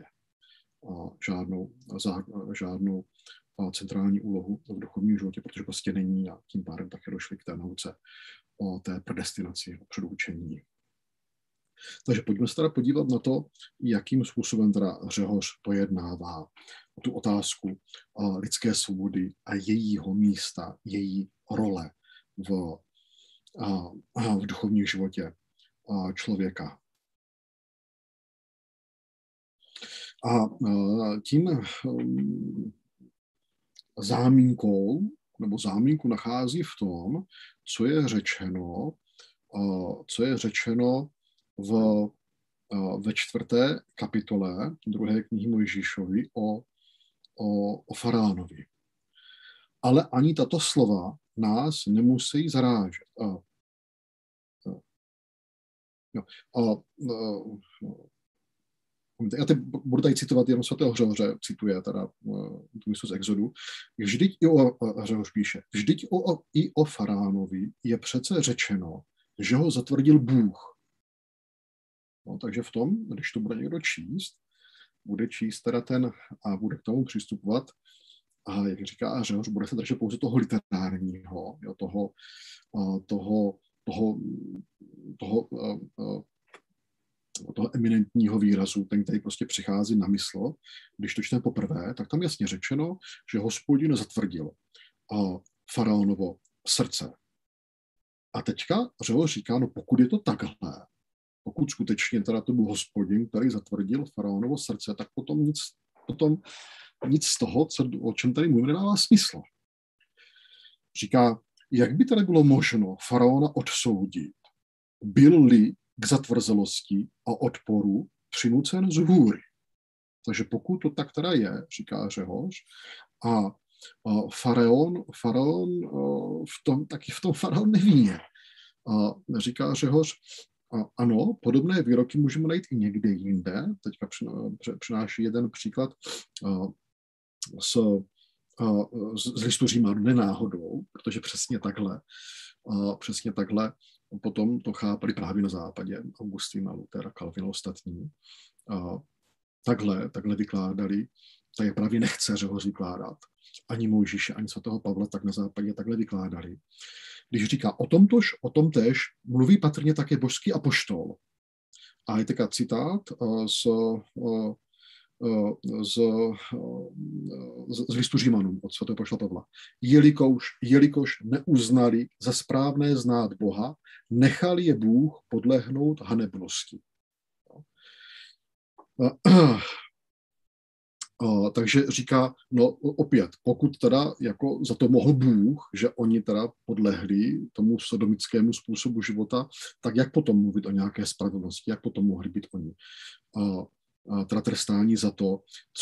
žádnou centrální úlohu v duchovním životě, protože prostě není a tím pádem také došli k té nauce o té predestinaci, o předurčení. Takže pojďme se teda podívat na to, jakým způsobem teda Řehoř pojednává tu otázku lidské svobody a jejího místa, její role v duchovním životě člověka. A tím zámínku nachází v tom, co je řečeno ve 4. kapitole 2. knihy Mojžíšovi o faraonovi. Ale ani tato slova nás nemusí zarážet. Já teď budu tady citovat jenom svatého Řehoře, cituje teda tu místo z Exodu. Řehoř píše, vždyť i o faraonovi je přece řečeno, že ho zatvrdil Bůh. No, takže v tom, když to bude někdo číst, bude číst teda a bude k tomu přistupovat, a jak říká Řehoř, bude se držet pouze toho literárního, jo, toho eminentního výrazu, ten, který prostě přichází na mysl, když to čteme poprvé, tak tam jasně řečeno, že Hospodin zatvrdil faraonovo srdce. A teďka Řehoř říká, no pokud je to takhle, pokud skutečně teda to byl Hospodin, který zatvrdil faraonovo srdce, tak potom nic z toho, o čem tady mluvíme, nedává smysl. Říká, jak by tedy bylo možno faraona odsoudit, byl-li k zatvrzelosti a odporu přinucen z hůry. Takže pokud to tak teda je, říká Řehoř, a faraon taky v tom faraon nevíně. Říká Řehoř, ano, podobné výroky můžeme najít i někde jinde. Teďka přináší jeden příklad z listu Římanů, nenáhodou, protože přesně takhle potom to chápali právě na západě, Augustín, Luther, Calvin a ostatní. Takhle vykládali, tak je právě nechce Řehoř vykládat. Ani Mojžíše, ani svatého Pavla tak na západě takhle vykládali. Když říká o tom též mluví patrně také božský apoštol. A je takový citát z listu Římanům od svatého apoštola Pavla. Jelikož neuznali za správné znát Boha, nechali je Bůh podlehnout hanebnosti. Takže říká, no opět, pokud teda jako za to mohl Bůh, že oni teda podlehli tomu sodomickému způsobu života, tak jak potom mluvit o nějaké spravedlnosti, jak potom mohli být oni teda trestáni za to,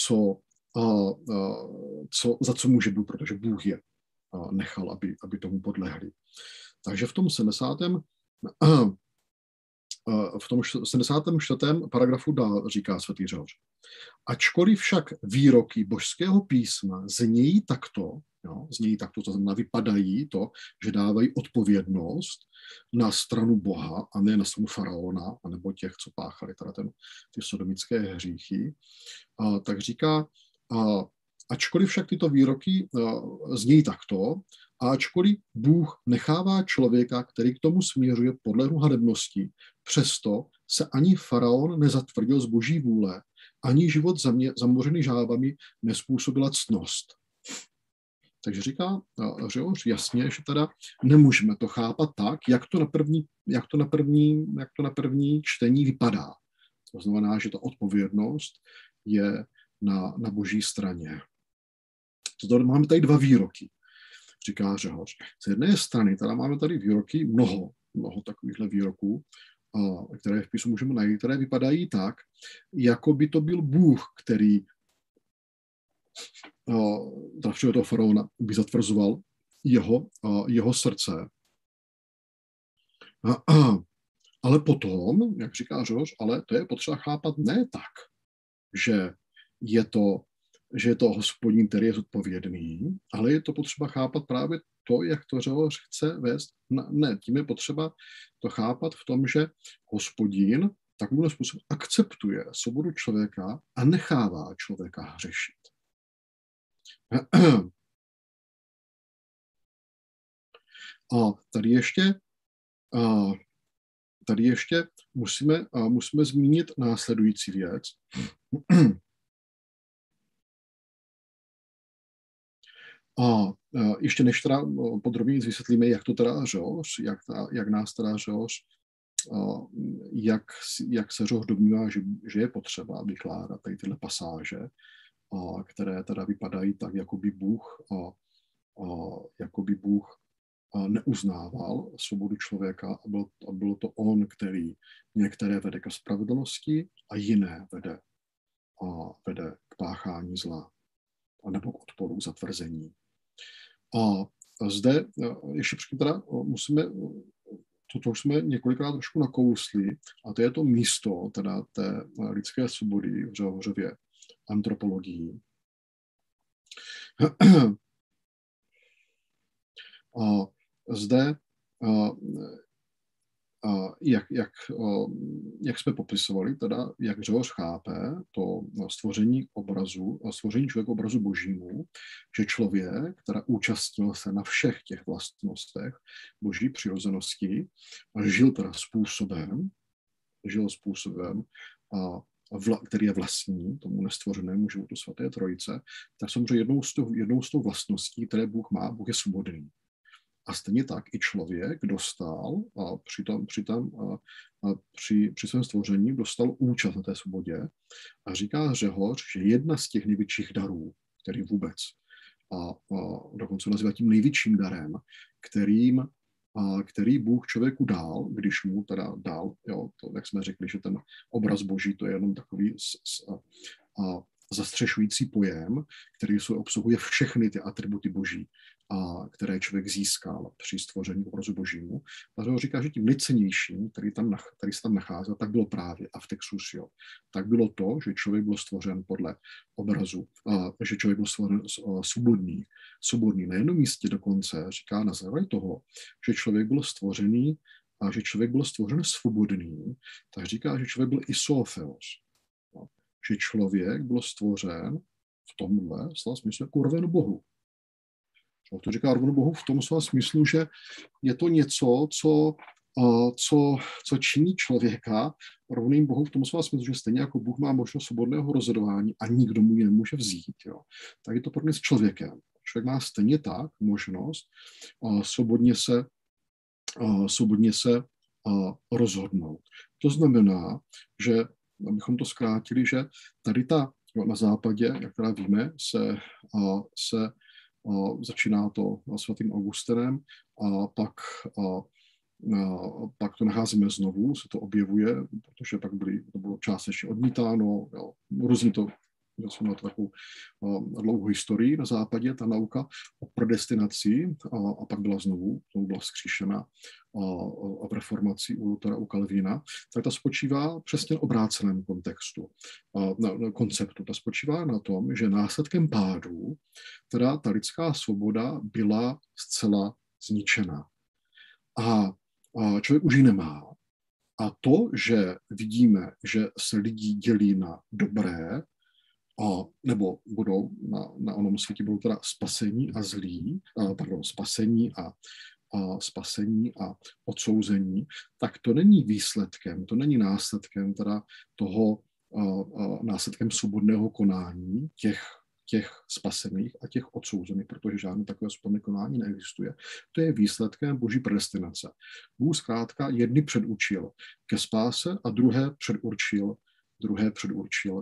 za co může Bůh, protože Bůh je nechal, aby tomu podlehli. Takže v tom 74. paragrafu dál říká svatý Řehoř. Ačkoliv však výroky božského písma znějí takto, to znamená vypadají to, že dávají odpovědnost na stranu Boha a ne na stranu faraona, anebo těch, co páchali teda ty sodomické hříchy, tak říká, ačkoliv však tyto výroky znějí takto, a ačkoliv Bůh nechává člověka, který k tomu směřuje podlehnout hanebnosti, přesto se ani faraon nezatvrdil z boží vůle, ani život zamořený žábami nespůsobila ctnost. Takže říká Řehoř jasně, že teda nemůžeme to chápat tak, jak to na první čtení vypadá. To znamená, že ta odpovědnost je na boží straně. Máme tady dva výroky, říká Řehoř. Z jedné strany teda máme tady výroky, mnoho takovýchhle výroků které v písmu můžeme najít, které vypadají tak, jako by to byl Bůh, který toho faraona by zatvrzoval jeho srdce. Ale potom, jak říká George, ale to je potřeba chápat ne tak, že je to Hospodin, který je zodpovědný, ale je to potřeba chápat právě to, jak to George chce vést. Ne, tím je potřeba to chápat v tom, že Hospodin takovým způsobem akceptuje svobodu člověka a nechává člověka hřešit. A tady ještě musíme zmínit následující věc. A ještě než teda podrobněji vysvětlíme, jak to teda George, jak nás teda George, jak se George domnívá, že je potřeba vykládat tady tyhle pasáže, které teda vypadají tak, jako by Bůh neuznával svobodu člověka a bylo to on, který některé vede ke spravedlnosti a jiné vede k páchání zla nebo k odporu, k zatvrzení. A zde ještě teda to už jsme několikrát trošku nakousli, a to je to místo teda té lidské svobody v Georgeově antropologii. A zde, jak jsme popisovali, teda jak George chápe to stvoření člověka obrazu božímu, že člověk, která účastnil se na všech těch vlastnostech boží přirozenosti a žil teda způsobem, který je vlastní tomu nestvořenému životu svaté trojice, tak samozřejmě jednou z těch vlastností, které Bůh má, Bůh je svobodný. A stejně tak i člověk dostal při svém stvoření dostal účast na té svobodě a říká George, že jedna z těch největších darů, který vůbec a dokonce nazývá tím největším darem, který Bůh člověku dal, když mu teda dal, jo, to, jak jsme řekli, že ten obraz boží, to je jenom takový zastřešující pojem, který obsahuje všechny ty atributy boží, které člověk získal při stvoření obrazu božímu. A to říká, že tím nejcennějším, který se tam nacházel, tak bylo právě aftexusio. Tak bylo to, že člověk byl stvořen podle obrazu, že člověk byl stvořen svobodný. Na jednom místě dokonce říká na základě toho, že člověk byl stvořený a že člověk byl stvořen svobodný, tak říká, že člověk byl isofeos. Že člověk byl stvořen v tomhle smyslu jako rovен Bohu. To říká rovno Bohu v tom svém smyslu, že je to něco, co činí člověka rovným Bohu v tom svém smyslu, že stejně jako Bůh má možnost svobodného rozhodování a nikdo mu ji nemůže vzít, jo, tak je to podobně s člověkem. Člověk má stejně tak možnost svobodně se rozhodnout. To znamená, že, abychom to zkrátili, že tady na západě, jak teda víme, se začíná to svatým Augustinem a pak to nacházíme znovu, se to objevuje, protože pak to bylo částečně odmítáno, jo, různě to, jsme na takovou dlouhou historii na západě, ta nauka o predestinaci a pak byla znovu byla vzkříšena v reformaci u Luthera, u Calvina, tak ta spočívá přesně v obráceném konceptu. Ta spočívá na tom, že následkem pádu teda ta lidská svoboda byla zcela zničena. A člověk už ji nemá. A to, že vidíme, že se lidi dělí na dobré, nebo budou na onom světě budou teda spasení a zlí, spasení a odsouzení, tak to není výsledkem, to není následkem teda toho následkem svobodného konání těch spasených a těch odsouzených, protože žádné takové svobodné konání neexistuje. To je výsledkem boží predestinace. Bůh zkrátka jedny předurčil ke spáse a druhé předurčil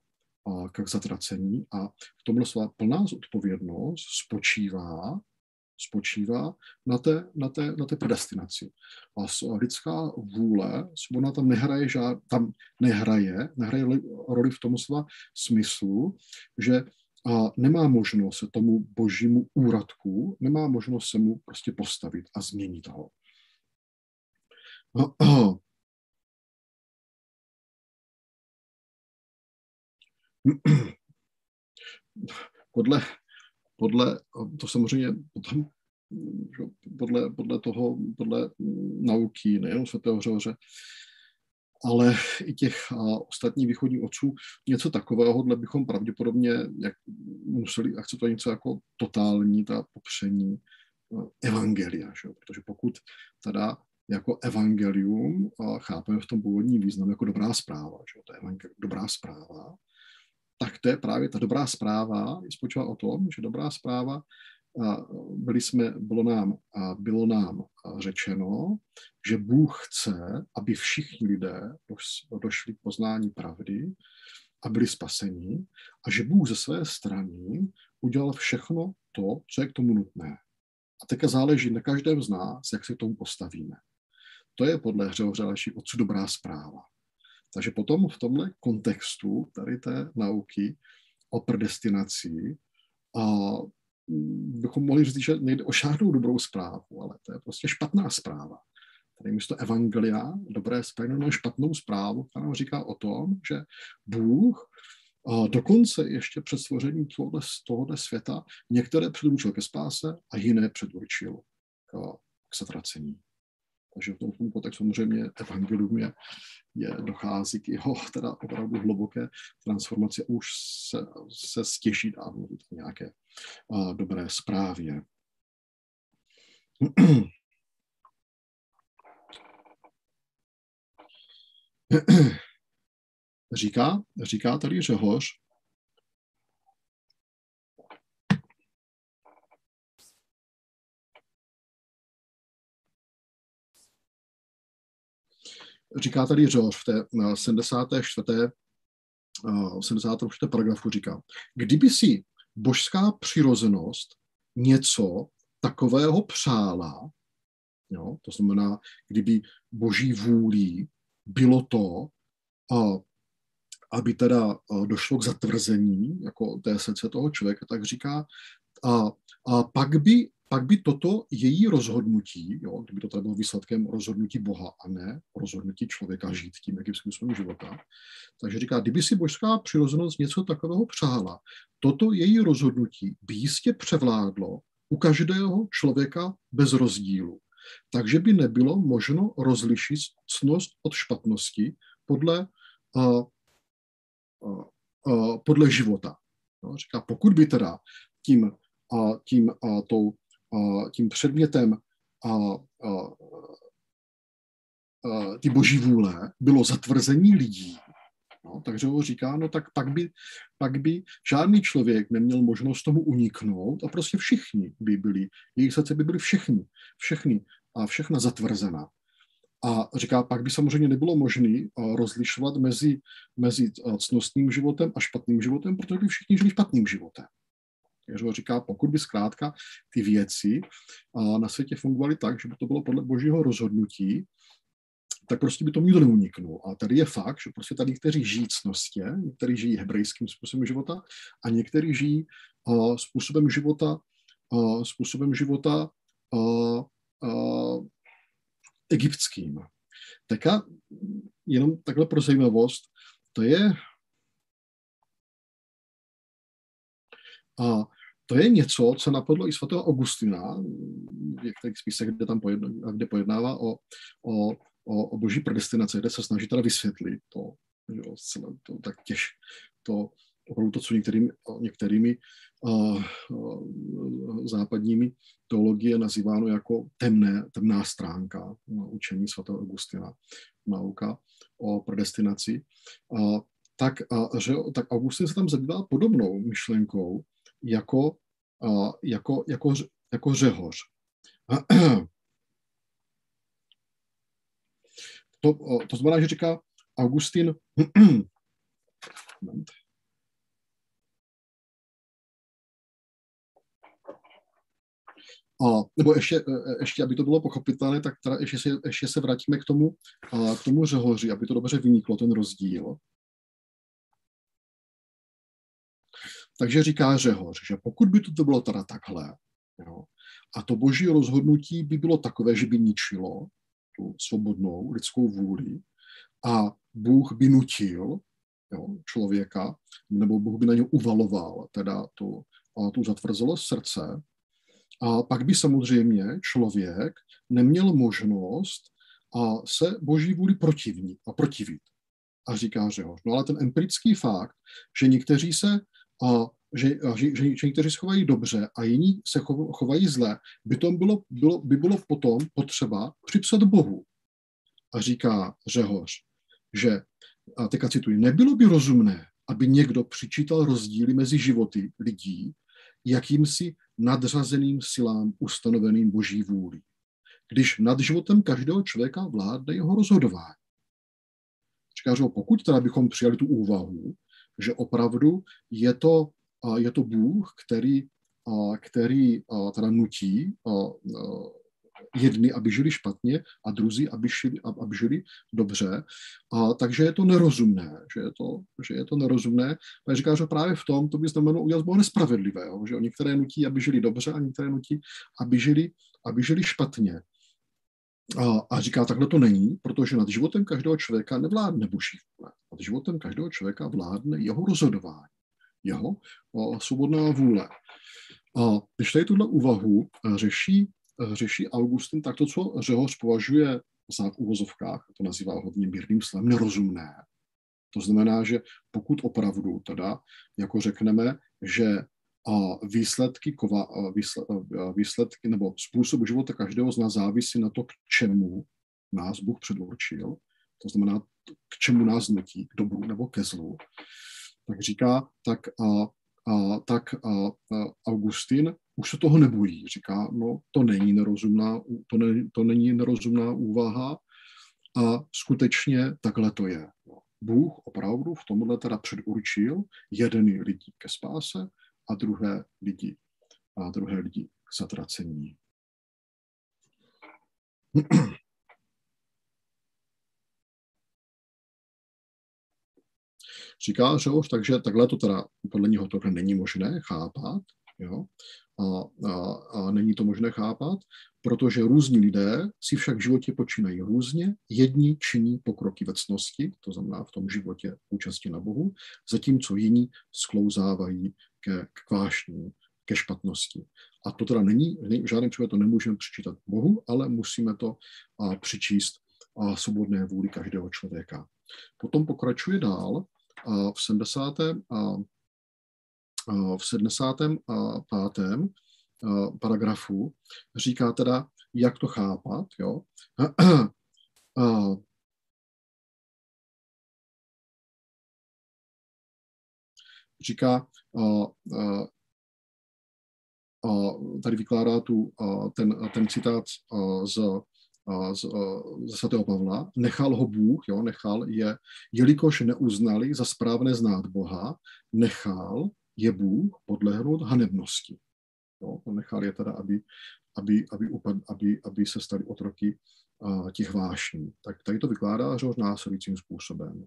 k zatracení a v tomhle svá plná zodpovědnost spočívá spočívá na té predestinaci. A lidská vůle, ona tam nehraje roli v tom slova smyslu, že nemá možnost se tomu božímu úradku, nemá možnost se mu prostě postavit a změnit ho. To samozřejmě potom podle nauky, nejenom svatého Řehoře, ale i těch ostatních východních otců, něco takového bychom pravděpodobně museli akceptovat něco jako totální popření evangelia, že? Protože pokud teda jako evangelium chápeme v tom původním významu jako dobrá zpráva, že? To je dobrá zpráva, tak to je právě ta dobrá zpráva, spočívá o tom, že dobrá zpráva bylo nám řečeno, že Bůh chce, aby všichni lidé došli k poznání pravdy a byli spaseni a že Bůh ze své strany udělal všechno to, co je k tomu nutné. A teďka záleží na každém z nás, jak se k tomu postavíme. To je podle Řehoře další otců dobrá zpráva. Takže potom v tomhle kontextu tady té nauky o predestinaci bychom mohli říct, že nejde o žádnou dobrou zprávu, ale to je prostě špatná zpráva. Tady místo evangelia, dobré zprávy, máme špatnou zprávu, která nám říká o tom, že Bůh dokonce ještě před stvořením tohoto světa některé předurčil ke spáse a jiné předurčil k zatracení. Takže v tom kontextu samozřejmě evangelium dochází k jeho teda opravdu hluboké transformaci. Už se stěží dá mluvit o nějaké dobré zprávě. Říká tady Řehoř, v té 74. paragrafu říká, kdyby si božská přirozenost něco takového přála, jo, to znamená, kdyby boží vůlí bylo to, aby teda došlo k zatvrzení jako té srdce toho člověka, tak říká, a pak by toto její rozhodnutí, jo, kdyby to teda bylo výsledkem rozhodnutí Boha a ne rozhodnutí člověka žít tím, jakým způsobem života, takže říká, kdyby si božská přirozenost něco takového přála, toto její rozhodnutí by jistě převládlo u každého člověka bez rozdílu. Takže by nebylo možno rozlišit ctnost od špatnosti podle života. No, říká, pokud by teda tím předmětem ty boží vůle bylo zatvrzení lidí, no, takže ho říká, no tak pak by žádný člověk neměl možnost tomu uniknout a prostě všichni by byli, jejich srdce by byly všechna zatvrzena. A říká, pak by samozřejmě nebylo možné rozlišovat mezi ctnostným životem a špatným životem, protože by všichni žili špatným životem. Takže říká, pokud by zkrátka ty věci na světě fungovaly tak, že by to bylo podle božího rozhodnutí, tak prostě by to nikdo neuniknul. A tady je fakt, že prostě tady někteří žijí ctnostě, někteří žijí hebrejským způsobem života a někteří žijí způsobem života egyptským. Tak jenom takhle pro zajímavost, to je něco, co napadlo i svatého Augustina, v některých spisech, kde pojednává o boží predestinaci, kde se snaží teda vysvětlit opravdu to, co některými západními teologie nazýváno jako temná stránka učení svatého Augustina, nauka o predestinaci. Tak Augustin se tam zabývá podobnou myšlenkou jako Řehoř. To znamená, že říká Augustin, Nebo ještě, aby to bylo pochopitelné, tak teda ještě se vrátíme k tomu řehoři, aby to dobře vyniklo, ten rozdíl. Takže říká řehoř, že pokud by to bylo teda takhle, jo, a to boží rozhodnutí by bylo takové, že by ničilo tu svobodnou lidskou vůli a Bůh by nutil, jo, člověka, nebo Bůh by na něj uvaloval teda tu zatvrzelost srdce, a pak by samozřejmě člověk neměl možnost se boží vůli protivit. A říká řehoř. No ale ten empirický fakt, že někteří se chovají dobře a jiní se chovají zle, by bylo potom potřeba připsat Bohu. A říká řehoř, že, a teďka cituji, nebylo by rozumné, aby někdo přičítal rozdíly mezi životy lidí jakýmsi nadřazeným silám ustanoveným boží vůli, když nad životem každého člověka vládne jeho rozhodování. Říká, že pokud teda bychom přijali tu úvahu, že opravdu je to Bůh, který teda nutí jedni, aby žili špatně a druzí, aby žili dobře. Takže je to nerozumné, že je to nerozumné. A říká, že právě v tom to by znamenalo udělat Boha nespravedlivého, že některé nutí, aby žili dobře a některé nutí, aby žili špatně. A říká, takhle to není, protože nad životem každého člověka nevládne boží vůle. Nad životem každého člověka vládne jeho rozhodování, jeho svobodná vůle. A když tady tuhle úvahu řeší Augustin, tak to, co řehoř považuje za v uvozovkách, to nazývá hodně mírným slovem, nerozumné. To znamená, že pokud opravdu teda, jako řekneme, že výsledky nebo způsob života každého z nás závisí na to, k čemu nás Bůh předurčil, to znamená, k čemu nás nutí, k dobru nebo ke zlu, tak říká, tak Augustin už se toho nebojí. Říká, no to není nerozumná úvaha a skutečně takhle to je. Bůh opravdu v tomhle teda předurčil jedny lidi ke spáse a druhé lidi k zatracení. Říká řehoř, takže takhle to teda podle něho tohle není možné chápat, jo? A není to možné chápat, protože různí lidé si však v životě počínají různě, jedni činí pokroky ve ctnosti, to znamená v tom životě účasti na Bohu, zatímco jiní sklouzávají k vášní, ke špatnosti. A to teda v žádném případě to nemůžeme přičítat Bohu, ale musíme to přičíst svobodné vůli každého člověka. Potom pokračuje dál v 75. paragrafu, říká teda, jak to chápat, jo. Říká, tady vykládá ten citát ze svatého Pavla, nechal ho Bůh, jo, jelikož neuznali za správné znát Boha, nechal je Bůh podlehnout hanebnosti. Jo, nechal je teda, aby se stali otroky těch vášní. Tak tady to vykládá řehoř následujícím způsobem.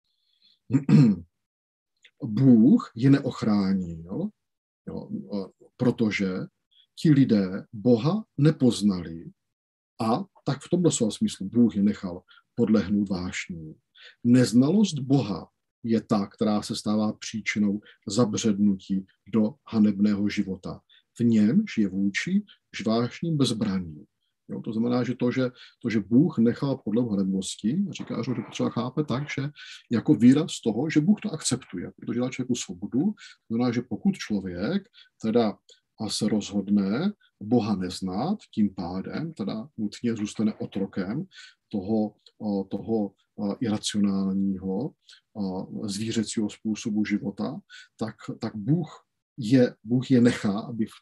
Bůh je neochránil, jo, protože ti lidé Boha nepoznali a tak v tomto slova smyslu Bůh je nechal podlehnout vášní. Neznalost Boha je ta, která se stává příčinou zabřednutí do hanebného života. V němž je vůči vášním bezbraný. Jo, to znamená, že to, že Bůh nechal podlehu hanebnosti, říká, že to potřeba chápe tak, že jako výraz toho, že Bůh to akceptuje, protože dá člověku svobodu, to znamená, že pokud člověk teda se rozhodne Boha neznat, tím pádem teda nutně zůstane otrokem toho iracionálního zvířecího způsobu života, tak Bůh je nechá,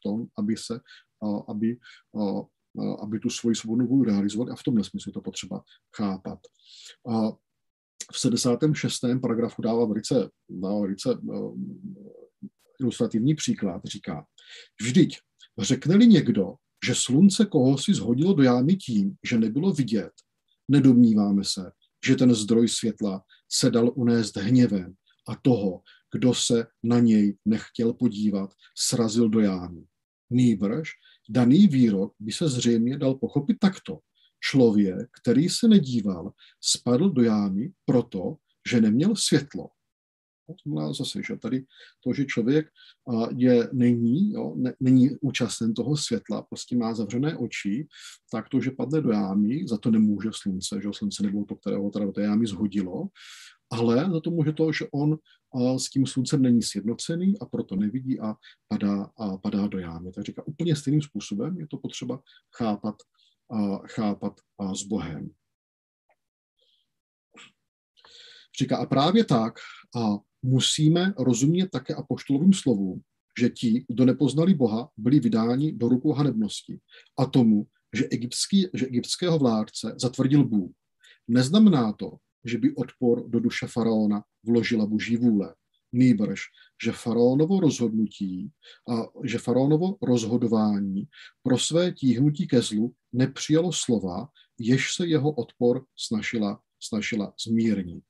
aby tu svoji svobodnou vůli realizovali a v tomhle smyslu je to potřeba chápat. V 76. paragrafu dává velice ilustrativní příklad. Říká, vždyť řekne-li někdo, že slunce kohosi zhodilo do jámy tím, že nebylo vidět, nedomníváme se, že ten zdroj světla se dal unést hněvem a toho, kdo se na něj nechtěl podívat, srazil do jámy. Nýbrž daný výrok by se zřejmě dal pochopit takto. Člověk, který se nedíval, spadl do jámy proto, že neměl světlo. To znamená zase, že tady to, že člověk není účasten toho světla, prostě má zavřené oči, tak to, že padne do jámy, za to nemůže slunce, že slunce nebylo to, kterého teda do té jámy zhodilo, ale za to může to, že on s tím sluncem není sjednocený a proto nevidí a padá do jámy. Tak říká, úplně stejným způsobem je to potřeba chápat s Bohem. Říká, a právě tak musíme rozumět také apoštolovým slovům, že ti, kdo nepoznali Boha, byli vydáni do rukou hanebnosti a tomu, že egyptského vládce zatvrdil Bůh. Neznamená to, že by odpor do duše faraona vložila boží vůle. Nýbrž, že faraonovo rozhodování pro své tíhnutí ke zlu nepřijalo slova, jež se jeho odpor snažila zmírnit.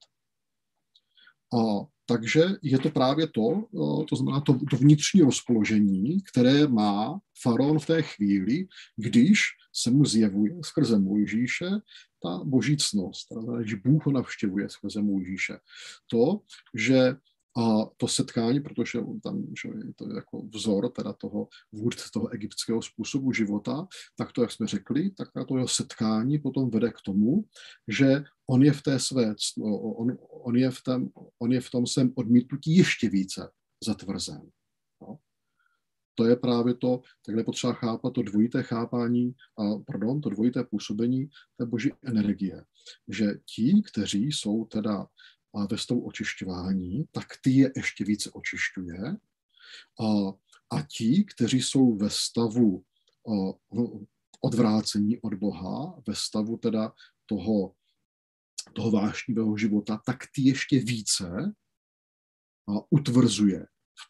Takže je to právě to znamená to vnitřní rozpoložení, které má faraon v té chvíli, když se mu zjevuje skrze Mojžíše ta boží ctnost, když Bůh ho navštěvuje skrze Mojžíše. To, že to setkání, protože tam že je to jako vzor teda toho vůdce toho egyptského způsobu života, tak to, jak jsme řekli, tak to jeho setkání potom vede k tomu, že on je v té své, on je v tom svém odmítnutí ještě více zatvrzen. No. To je právě to, tak nepotřeba chápat to dvojité to dvojité působení té boží energie. Že ti, kteří jsou teda ve stavu očišťování, tak ty je ještě více očišťuje. A ti, kteří jsou ve stavu odvrácení od Boha, ve stavu teda toho vášnivého života, tak ty ještě více utvrzuje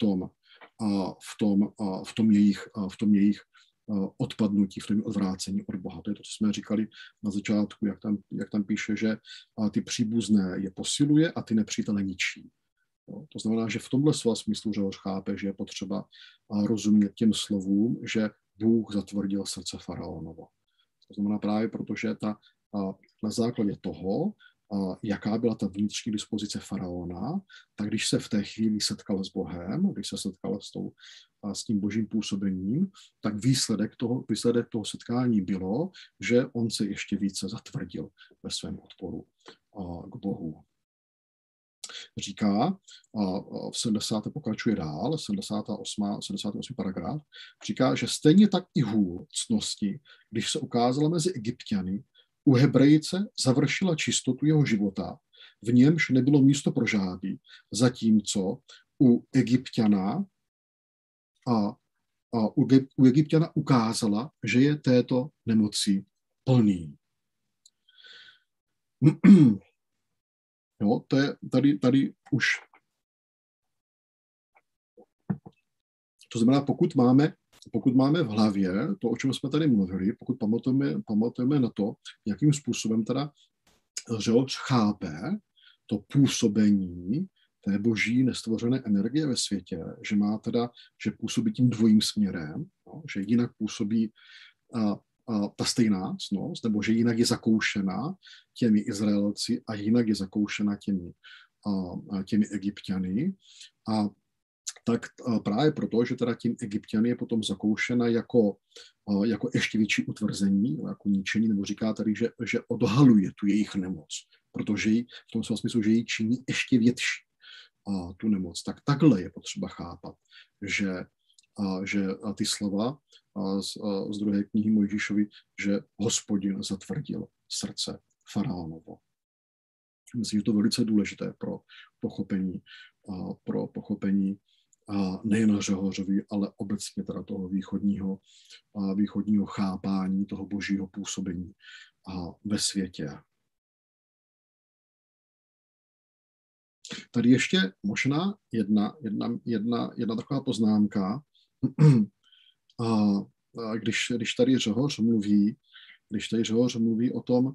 v tom jejich odpadnutí, v tom odvrácení od Boha. To je to, co jsme říkali na začátku, jak tam píše, že ty příbuzné je posiluje a ty nepřítele ničí. To znamená, že v tomhle slova smyslu, že ho chápe, že je potřeba rozumět těm slovům, že Bůh zatvrdil srdce faraonovo. To znamená právě proto, že na základě toho, jaká byla ta vnitřní dispozice faraona, tak když se v té chvíli setkal s Bohem, když se setkal s tím božím působením, tak výsledek toho setkání bylo, že on se ještě více zatvrdil ve svém odporu k Bohu. Říká, v 70. pokračuje dál, 78. paragraf, říká, že stejně tak i hůl ctnosti, když se ukázala mezi Egypťany, u Hebrejce završila čistotu jeho života, v němž nebylo místo pro žády, zatímco u Egypťana ukázala, že je této nemoci plný. Jo, to je tady už. To znamená, pokud máme v hlavě to, o čem jsme tady mluvili, pokud pamatujeme na to, jakým způsobem teda Řehoř chápe to působení té boží nestvořené energie ve světě, že působí tím dvojím směrem, no, že jinak působí ta stejná ctnost, nebo že jinak je zakoušena těmi Izraelci a jinak je zakoušena těmi Egypťany. A tak právě proto, že teda tím Egypťany je potom zakoušena jako ještě větší utvrzení, jako ničení, nebo říká tady, že odhaluje tu jejich nemoc, protože v tom smyslu, že ji činí ještě větší tu nemoc. Tak takhle je potřeba chápat, že ty slova z druhé knihy Mojžíšovi, že Hospodin zatvrdil srdce faraonovo. Myslím, že to je velice důležité pro pochopení nejen Řehořovi, ale obecně teda toho východního chápání toho božího působení ve světě. Tady ještě možná jedna taková poznámka. když tady Řehoř mluví o tom,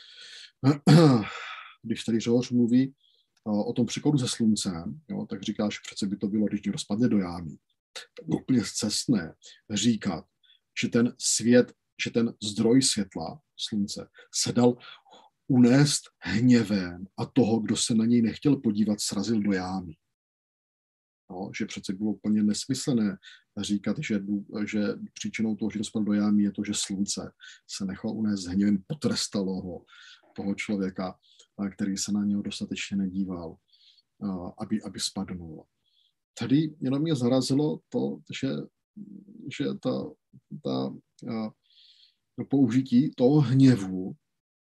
když tady Řehoř mluví o tom přechodu se sluncem, jo, tak říká, že přece by to bylo, když někdo spadne do jámy. To bylo úplně scestné říkat, že ten svět, že ten zdroj světla, slunce, se dal unést hněvem a toho, kdo se na něj nechtěl podívat, srazil do jámy. No, že přece bylo úplně nesmyslné říkat, že příčinou toho, že dostal do jámy, je to, že slunce se nechal unést hněvem, potrestalo ho, toho člověka, který se na něho dostatečně nedíval, aby spadnul. Tady jenom mě zarazilo to, že ta použití toho hněvu,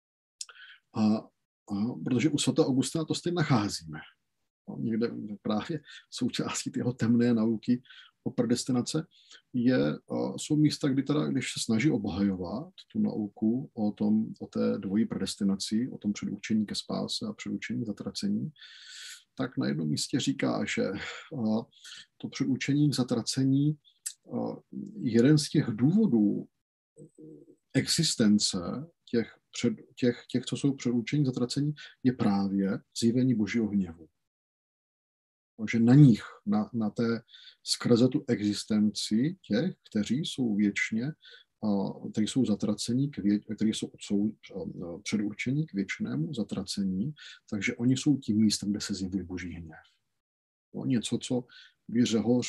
protože u svatého Augustina to stejně nacházíme. Někde právě součástí jeho temné nauky o predestinace jsou místa, když se snaží obhajovat tu nauku o té dvojí predestinaci, o tom předurčení ke spáse a předurčení k zatracení, tak na jednom místě říká, že to předurčení k zatracení, jeden z těch důvodů existence těch, co jsou předurčení k zatracení, je právě zjevení Božího hněvu. Že na nich, skrze tu existenci těch, kteří jsou věčně, kteří jsou zatracení, kteří jsou předurčení k věčnému zatracení, takže oni jsou tím místem, kde se zjevuje Boží hněv. Něco, co by Řehoř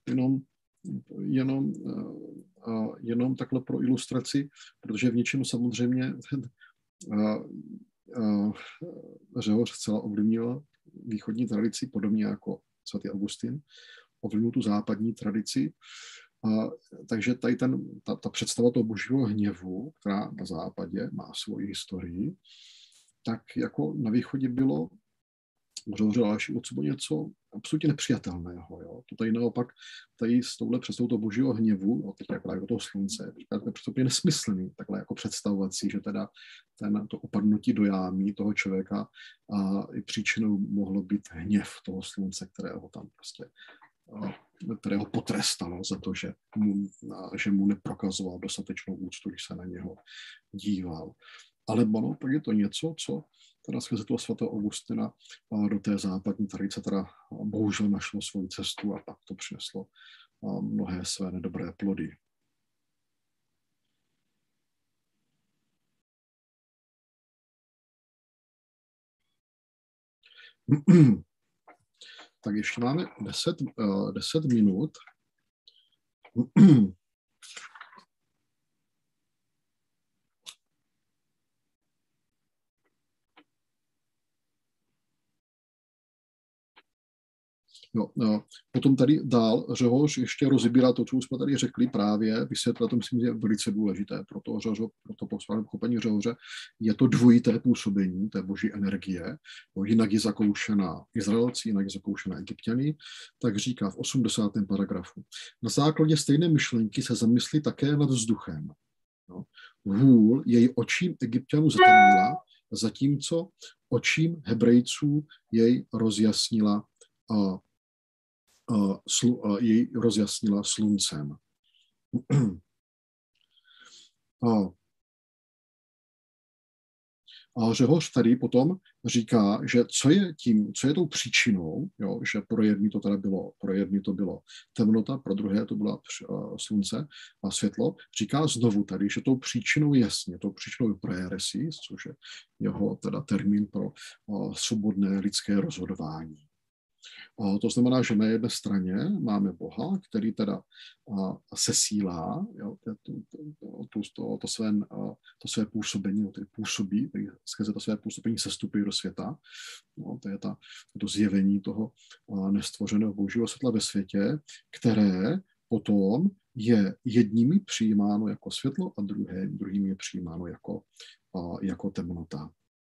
jenom takhle pro ilustraci, protože v něčem samozřejmě Řehoř zcela ovlivnil východní tradici, podobně jako svatý Augustin, ovlivnil tu západní tradici. Takže tady ta představa toho Božího hněvu, která na západě má svoji historii, tak jako na východě bylo další od sebe něco absolutně nepřijatelného. Jo. To tady naopak, tady s touhle představou toho Božího hněvu, teď jako toho slunce, to je přestupně nesmyslný, takhle jako představovat si, že teda to upadnutí do jámy toho člověka i příčinou mohlo být hněv toho slunce, kterého tam prostě kterého potrestalo za to, že mu neprokazoval dostatečnou úctu, když se na něho díval. Ale pak je to něco, co teda skrze toho svatého Augustina do té západní tradice teda bohužel našlo svou cestu a pak to přineslo mnohé své nedobré plody. Tak ještě máme 10 minut. Potom tady dál Řehoř ještě rozbírá to, co jsme tady řekli právě, vysvětlit, to myslím, že je velice důležité pro to posválné pochopení Řehoře, je to dvojité působení té boží energie, jinak je zakoušená Izraelci, jinak je zakoušená Egypťany, tak říká v 80. paragrafu. Na základě stejné myšlenky se zamyslí také nad vzduchem. Hůl jej očím Egypťanů zatemnila, zatímco očím Hebrejců jej rozjasnila sluncem. A Řehoř tady potom říká, že co je tou příčinou, jo, že pro jedny to bylo temnota, pro druhé to byla slunce a světlo. Říká znovu tady, že tou příčinou je proeresis, což je jeho teda termín pro svobodné lidské rozhodování. To znamená, že na jedné straně máme Boha, který teda sesílá to své působení, působí, skrze to své působení sestupuje do světa. To je to zjevení toho nestvořeného božího světla ve světě, které potom je jedními přijímáno jako světlo a druhým je přijímáno jako temnota.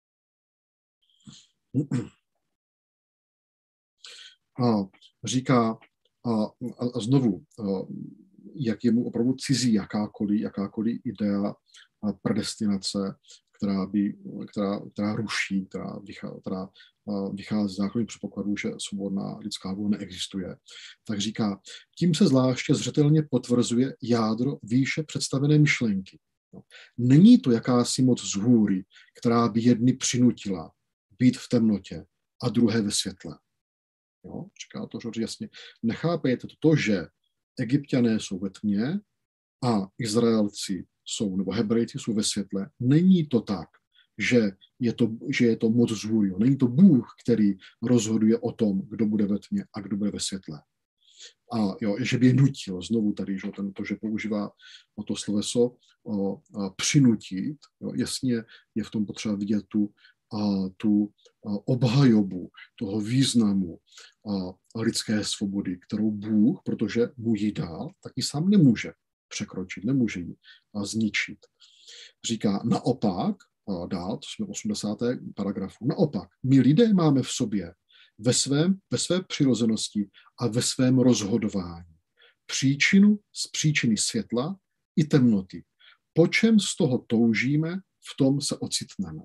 Říká a znovu, jak je mu opravdu cizí jakákoliv idea predestinace která ruší, která vychází z základních předpokladů, že svobodná lidská vůle neexistuje, tak říká, tím se zvláště zřetelně potvrzuje jádro výše představené myšlenky. Není to jakási moc zhůry, která by jedny přinutila být v temnotě a druhé ve světle. Jo? Říká to George jasně. Nechápejte to, že Egypťané jsou ve tmě a Izraelci jsou, nebo Hebrejci jsou ve světle. Není to tak, že je to moc zhůry. Není to Bůh, který rozhoduje o tom, kdo bude ve tmě a kdo bude ve světle. A jo, že by je nutil, znovu tady, že že používá to sloveso přinutit, jo, jasně je v tom potřeba vidět tu obhajobu toho významu lidské svobody, kterou Bůh, protože mu ji dal, tak ji sám nemůže překročit, nemůže ji zničit. Říká naopak, dál, to jsme v 80. paragrafu, naopak, my lidé máme v sobě ve své přirozenosti a ve svém rozhodování příčinu z příčiny světla i temnoty. Po čem z toho toužíme, v tom se ocitneme.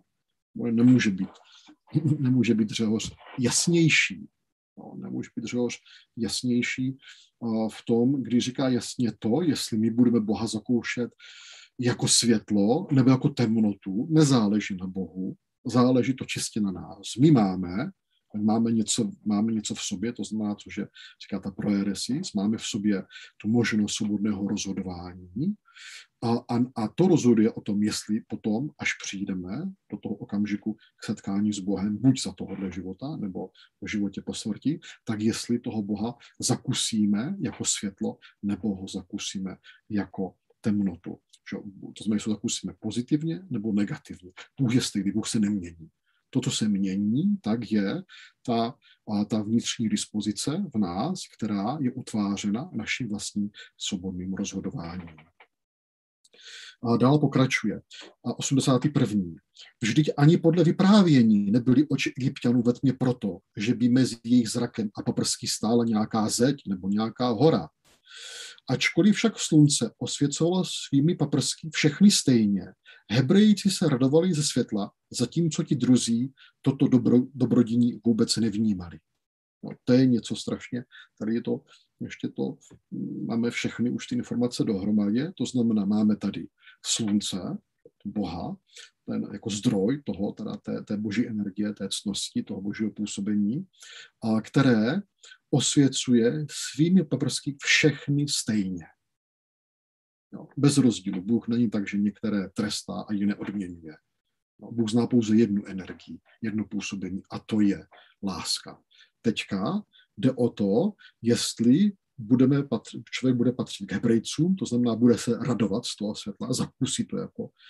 Nemůže být Řehoř jasnější. Nemůže být Řehoř jasnější v tom, když říká jasně to, jestli my budeme Boha zakoušet jako světlo nebo jako temnotu, nezáleží na Bohu, záleží to čistě na nás. My máme něco v sobě, to znamená to, že říká ta proeresis, máme v sobě tu možnost svobodného rozhodování a to rozhoduje o tom, jestli potom, až přijdeme do toho okamžiku k setkání s Bohem, buď za tohohle života, nebo v životě po smrti, tak jestli toho Boha zakusíme jako světlo, nebo ho zakusíme jako temnotu. To znamená, jestli ho zakusíme pozitivně nebo negativně. Bůh je stejný, Bůh se nemění. To, co se mění, tak je ta vnitřní dispozice v nás, která je utvářena naším vlastním svobodným rozhodováním. A dál pokračuje. 81. Vždyť ani podle vyprávění nebyly oči Egypťanů ve tmě proto, že by mezi jejich zrakem a paprsky stála nějaká zeď nebo nějaká hora. Ačkoliv však slunce osvěcovalo svými paprsky všechny stejně, Hebrejci se radovali ze světla, zatímco ti druzí toto dobrodiní vůbec nevnímali. No, to je něco strašně, tady je to, ještě to, máme všechny už ty informace dohromadě, to znamená, máme tady slunce, Boha, ten jako zdroj toho, teda té boží energie, té ctnosti, toho božího působení, a které osvěcuje svými paprsky všechny stejně. Jo, bez rozdílu. Bůh není tak, že některé trestá a jiné odměňuje. No, Bůh zná pouze jednu energii, jedno působení a to je láska. Teďka jde o to, jestli člověk bude patřit k Hebrejcům, to znamená, bude se radovat z toho světla a zakusí to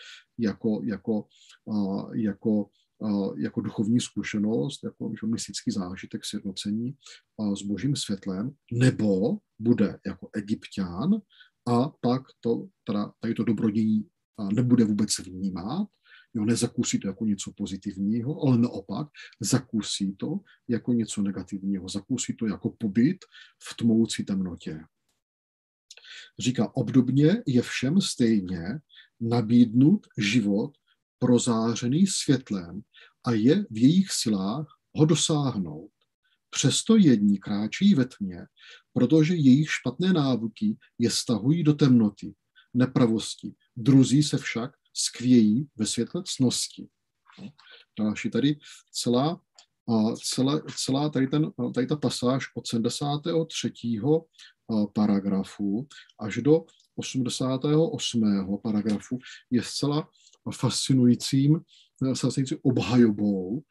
jako duchovní zkušenost, jako mystický zážitek sjednocení s božím světlem, nebo bude jako Egypťan a pak tady to dobrodění nebude vůbec vnímat, jo, nezakusí to jako něco pozitivního, ale naopak zakusí to jako něco negativního, zakusí to jako pobyt v tmoucí temnotě. Říká, obdobně je všem stejně nabídnut život prozářený světlem a je v jejich silách ho dosáhnout. Přesto jedni kráčí ve tmě, protože jejich špatné návyky je stahují do temnoty, nepravosti. Druzí se však skvějí ve světle ctnosti. Další tady celá tady ta pasáž od 73. paragrafu až do 88. paragrafu je zcela fascinujícím obhajobou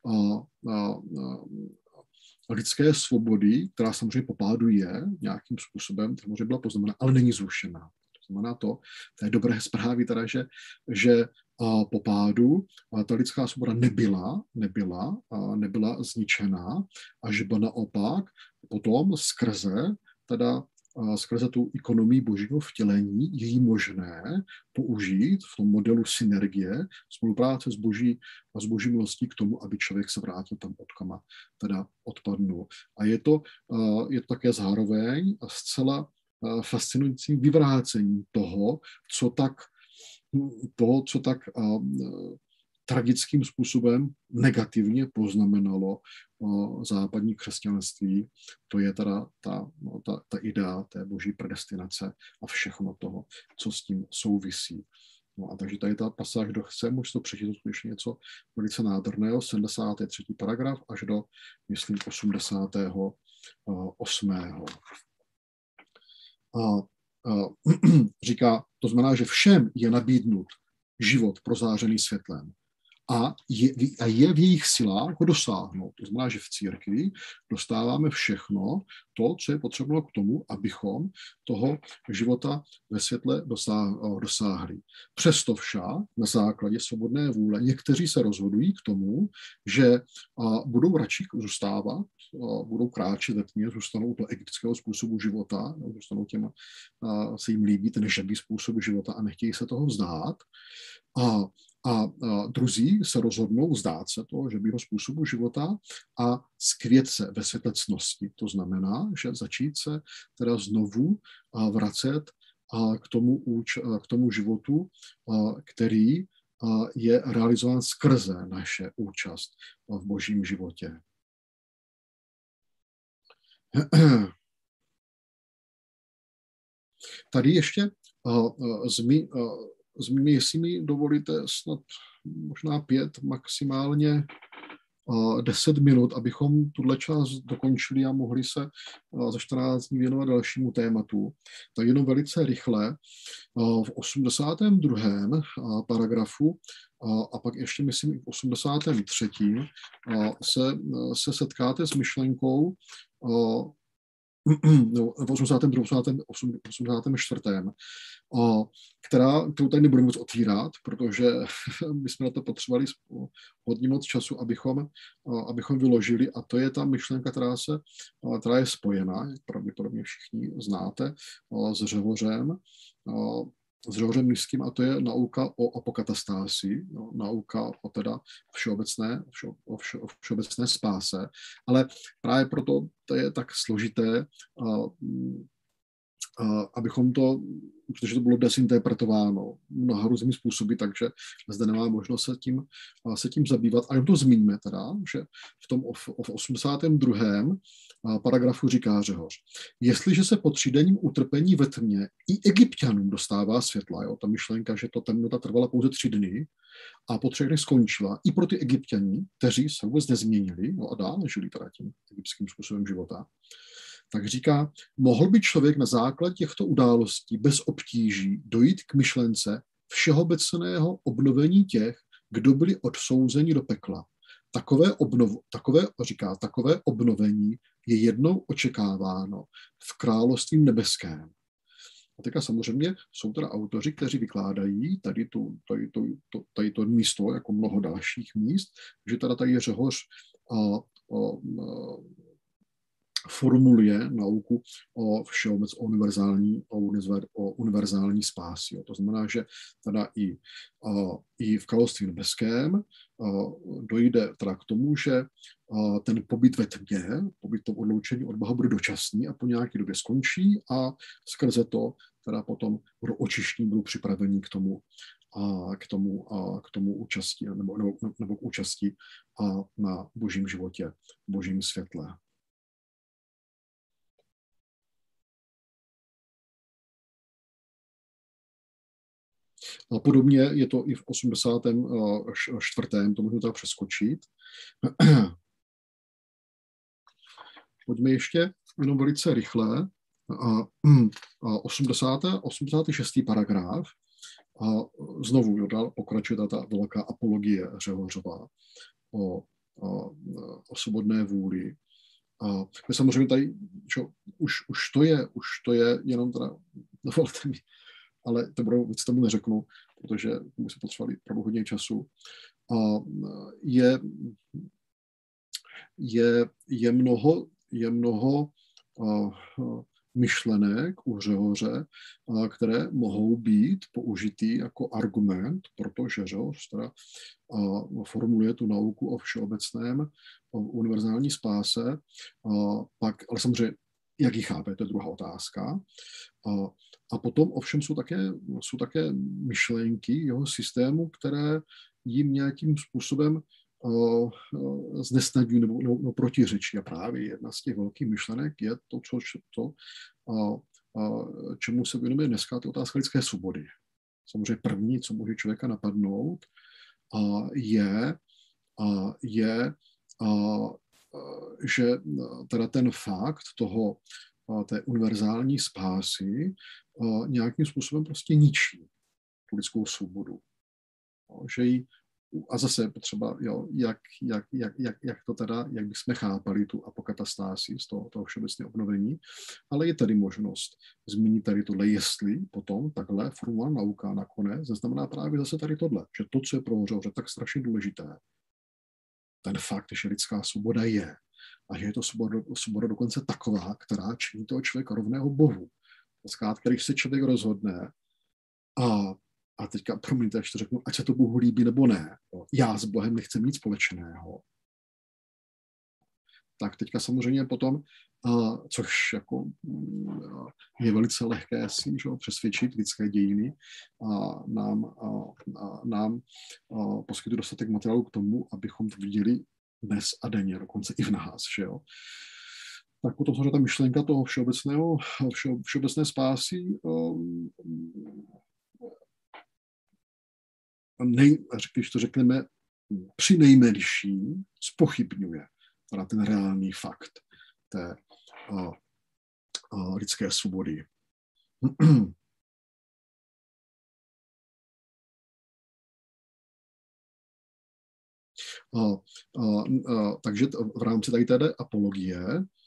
lidské svobody, která samozřejmě po pádu je nějakým způsobem, samozřejmě byla poznamená, ale není zrušená. To znamená to je dobré zprávy, teda, že po pádu ta lidská svoboda nebyla zničená a že byla naopak potom skrze tu ekonomii božího vtělení je jí možné použít v tom modelu synergie, spolupráce s boží milostí k tomu, aby člověk se vrátil tam, odkama teda odpadnul. A je to také zároveň zcela fascinujícím vyvrácením toho, co tak toho, co tak tragickým způsobem negativně poznamenalo západní křesťanství, to je teda ta idea té boží predestinace a všechno toho, co s tím souvisí. No a takže tady ta pasáž, kdo chce, může to přečíst skutečně něco velice nádherného, 73. paragraf až do, myslím, 88. Říká, to znamená, že všem je nabídnut život prozářený světlem a je v jejich silách ho dosáhnout. To znamená, že v církvi dostáváme všechno to, co je potřebno k tomu, abychom toho života ve světle dosáhli. Přesto však na základě svobodné vůle někteří se rozhodují k tomu, že budou radši zůstávat, budou kráčet ve tmě, zůstanou do egyptského způsobu života, zůstanou těma, se jim líbí ten žebý způsob života a nechtějí se toho vzdát. A druzí se rozhodnou vzdát se toho žebýho způsobu života a skvět se ve světlecnosti. To znamená, že začít se teda znovu vracet k tomu životu, který je realizován skrze naše účast v božím životě. Tady ještě jestli mi dovolíte snad možná 5, maximálně 10 minut, abychom tuhle část dokončili a mohli se za 14 dní věnovat dalšímu tématu. Tak jenom velice rychle v 82. paragrafu a pak ještě myslím i v 83. se setkáte s myšlenkou v 84. Kterou tady nebudeme moc otvírat, protože my jsme na to potřebovali hodně moc času, abychom vyložili, a to je ta myšlenka, která je spojená, jak pravděpodobně všichni znáte, s Řehořem Nízkým, a to je nauka o apokatastási, nauka o teda všeobecné spáse, ale právě proto to je tak složité, abychom to, protože to bylo desinterpretováno mnoha různými způsoby, takže zde nemá možnost se tím zabývat. A jen to zmíníme teda, že v 82. paragrafu říká Řehoř: jestliže se po 3denním utrpení ve tmě i Egypťanům dostává světla, ta myšlenka, že to temnota trvala pouze 3 dny a po 3 dnech skončila, i pro ty Egypťani, kteří se vůbec nezměnili, a dále žili teda tím egyptským způsobem života, tak říká, mohl by člověk na základě těchto událostí bez obtíží dojít k myšlence všeobecného obnovení těch, kdo byli odsouzeni do pekla. Takové obnovení je jednou očekáváno v království nebeském. A teďka samozřejmě jsou teda autoři, kteří vykládají tady to místo, jako mnoho dalších míst, že teda tady je Řehoř formuluje nauku o univerzální spási. To znamená, že teda i v království nebeském dojde teda k tomu, že ten pobyt ve tmě, pobyt to odloučení od Boha bude dočasný a po nějaké době skončí a skrze to teda potom budou očištění, budou připraveni k tomu účasti nebo k účasti na božím životě, božím světle. A podobně je to i v 84. To můžeme teda přeskočit. Pojďme ještě jenom velice rychle. 86. paragraf. Znovu pokračuje ta velká apologie Řehořova o svobodné vůli. Samozřejmě tady, už to je jenom teda, dovolte mi, ale to víc tomu neřeknu, protože tomu se potřebovali opravdu hodně času. Je mnoho myšlenek u Řehoře, které mohou být použitý jako argument, protože Řehoř teda formuluje tu nauku o všeobecném, o univerzální spáse, ale samozřejmě, jak ji chápe, to je druhá otázka. A potom ovšem jsou také myšlenky jeho systému, které jim nějakým způsobem znesnadňují nebo protiřečí. A právě jedna z těch velkých myšlenek je čemu se věnuje dneska, to je otázka lidské svobody. Samozřejmě první, co může člověka napadnout, je že teda ten fakt té univerzální spásy nějakým způsobem prostě ničí tu lidskou svobodu. Že jí, a zase potřeba, jak bychom chápali tu apokatastási z toho všeobecného obnovení, ale je tady možnost zmínit tady tohle, jestli potom takhle formální nauka nakonec znamená právě zase tady tohle, že to, co je pro Řehoře tak strašně důležité, ten fakt, že lidská svoboda je a že je to svoboda dokonce taková, která činí toho člověka rovného Bohu. Zkrátka, když se člověk rozhodne a teďka, promiňte, až to řeknu, ať se to Bohu líbí nebo ne, já s Bohem nechcem nic společného, tak teďka samozřejmě potom, což jako je velice lehké si přesvědčit lidské dějiny, nám poskytuje dostatek materiálu k tomu, abychom to viděli dnes a denně, dokonce i v nás, že jo. Tak potom samozřejmě ta myšlenka toho všeobecné spásy když to řekneme při nejmenším, zpochybňuje teda ten reálný fakt té lidské svobody. Takže v rámci tady té apologie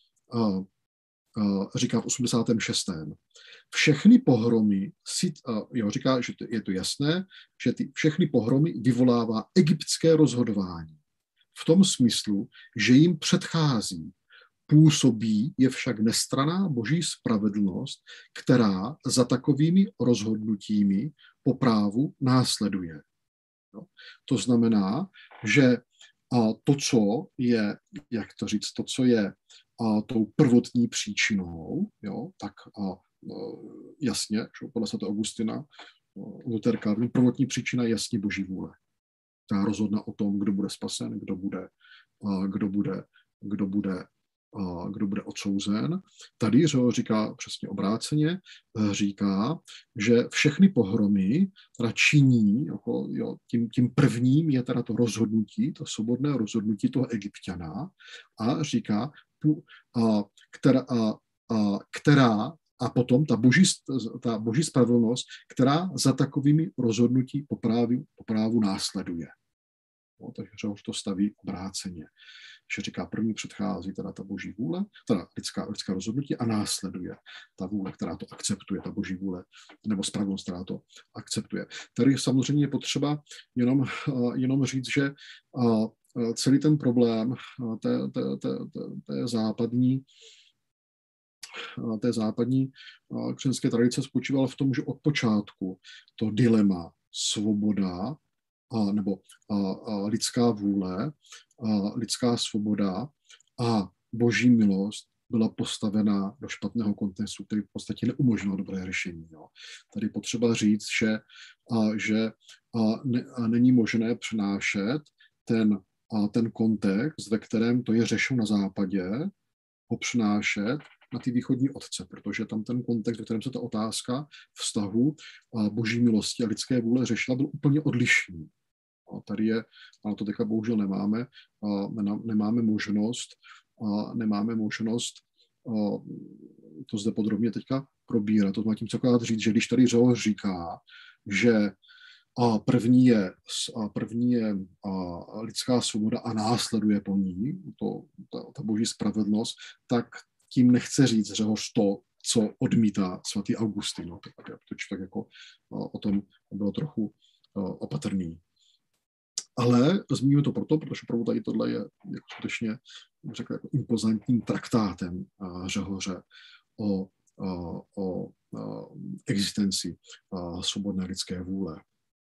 říká v 86. Všechny pohromy, říká, že je to jasné, že ty všechny pohromy vyvolává egyptské rozhodování. V tom smyslu, že jim předchází, působí je však nestranná boží spravedlnost, která za takovými rozhodnutími po právu následuje. To znamená, že to, co je, jak to říct, to, co je tou prvotní příčinou, jo, tak jasně, že podle svatého Augustina, Luterka, prvotní příčina je jasně boží vůle. Ta rozhodne o tom, kdo bude spasen, kdo bude odsouzen. Tady říká přesně obráceně, říká, že všechny pohromy teda činí, jako, tím prvním je teda to rozhodnutí, to svobodné rozhodnutí toho Egypťana a říká, která a potom ta boží spravedlnost, která za takovými rozhodnutí po právu následuje. No, takže Řehoř to staví obráceně. Že říká, první předchází teda ta boží vůle, teda lidská rozhodnutí a následuje ta vůle, která to akceptuje, ta boží vůle, nebo spravedlnost, která to akceptuje. Tady samozřejmě je potřeba jenom říct, že celý ten problém té západní křesťanské tradice spočíval v tom, že od počátku to dilema svoboda nebo lidská vůle, lidská svoboda a boží milost byla postavena do špatného kontextu, který v podstatě neumožnil dobré řešení. Jo. Tady potřeba říct, že není možné přenášet ten kontext, ve kterém to je řešeno na západě, ho přenášet na ty východní otce, protože tam ten kontext, ve kterém se ta otázka vztahu boží milosti a lidské vůle řešila, byl úplně odlišný. A tady je, ale to teďka bohužel nemáme možnost to zde podrobně teďka probírat. To má tím co říct, že když tady Řehoř říká, že první je lidská svoboda a následuje po ní ta boží spravedlnost, tak tím nechce říct Řehoř to, co odmítá svatý Augustin. No, to člověk jako o tom bylo trochu opatrný. Ale zmíníme to proto, protože opravdu tady tohle je jako skutečně řekl, jako impozantním traktátem Řehoře o existenci svobodné lidské vůle.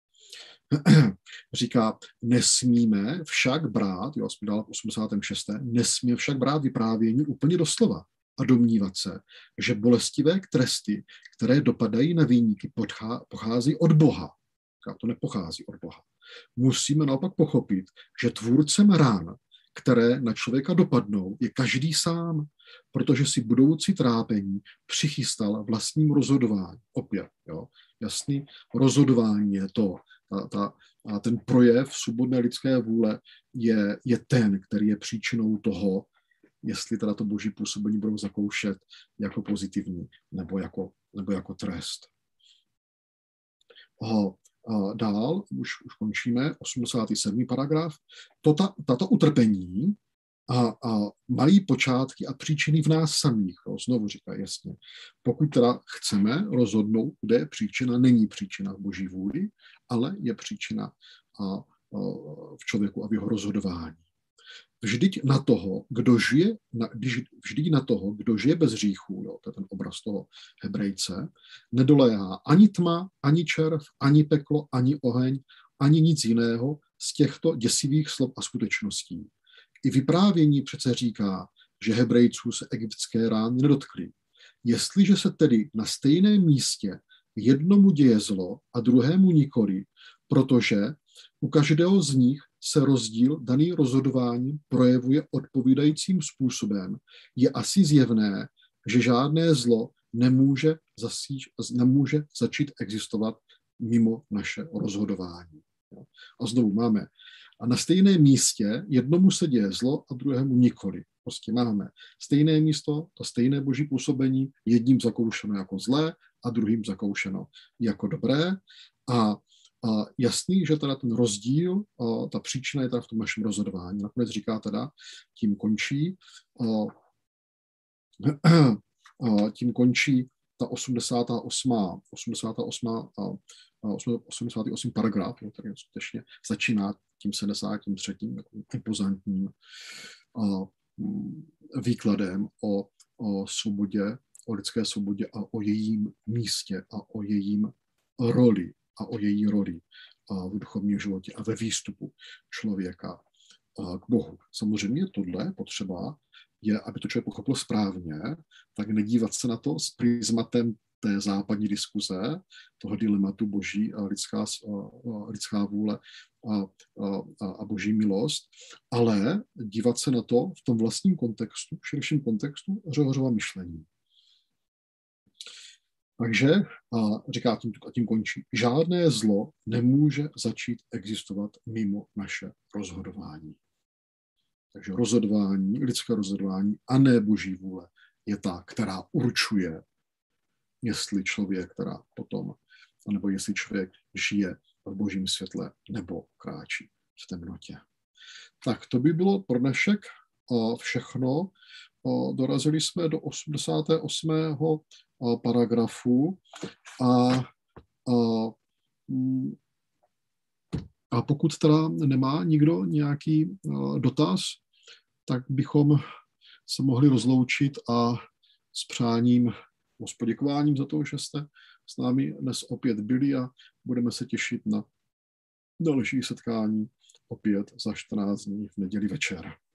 Říká, nesmíme však brát, jo, jsme dál v 86. Nesmíme však brát vyprávění úplně doslova. a domnívat se, že bolestivé tresty, které dopadají na viníky, pochází od Boha. A to nepochází od Boha. Musíme naopak pochopit, že tvůrcem rán, které na člověka dopadnou, je každý sám, protože si budoucí trápení přichystal vlastním rozhodování. Opět, jo, jasný, rozhodování je to, a ten projev svobodné lidské vůle je ten, který je příčinou toho, jestli teda to boží působení budou zakoušet jako pozitivní nebo jako trest. Dál, už končíme, 87. paragraf. Tato utrpení mají počátky a příčiny v nás samých. Znovu říká jasně. Pokud teda chceme rozhodnout, kde je příčina, není příčina v boží vůli, ale je příčina v člověku a v jeho rozhodování. Vždyť na toho, kdo žije bez hříchů, jo, to je ten obraz toho Hebrejce, nedoléhá ani tma, ani červ, ani peklo, ani oheň, ani nic jiného z těchto děsivých slov a skutečností. I vyprávění přece říká, že Hebrejců se egyptské rány nedotkly. Jestliže se tedy na stejném místě jednomu děje zlo a druhému nikoli, protože u každého z nich se rozdíl daný rozhodováním projevuje odpovídajícím způsobem, je asi zjevné, že žádné zlo nemůže začít existovat mimo naše rozhodování. A znovu máme, a na stejném místě jednomu se děje zlo a druhému nikoli. Prostě máme stejné místo, to stejné boží působení, jedním zakoušeno jako zlé a druhým zakoušeno jako dobré. A jasný, že teda ten rozdíl, ta příčina je teda v tom našem rozhodování. Nakonec říká teda, tím končí ta 88. paragraf, který skutečně začíná tím 73. impozantním výkladem o svobodě, o lidské svobodě a o jejím místě a o jejím roli v duchovním životě a ve výstupu člověka k Bohu. Samozřejmě tohle potřeba je, aby to člověk pochopil správně, tak nedívat se na to s prismatem té západní diskuze, toho dilematu boží a lidská vůle a boží milost, ale dívat se na to v tom vlastním kontextu, v širším kontextu Řehořova myšlení. Takže, říká tím končí, žádné zlo nemůže začít existovat mimo naše rozhodování. Takže lidské rozhodování a ne boží vůle je ta, která určuje, jestli člověk teda potom, nebo jestli člověk žije v božím světle nebo kráčí v temnotě. Tak to by bylo pro dnešek všechno. Dorazili jsme do 88. paragrafu a pokud teda nemá nikdo nějaký dotaz, tak bychom se mohli rozloučit a s přáním, s poděkováním za to, že jste s námi dnes opět byli a budeme se těšit na další setkání opět za 14 dní v neděli večer.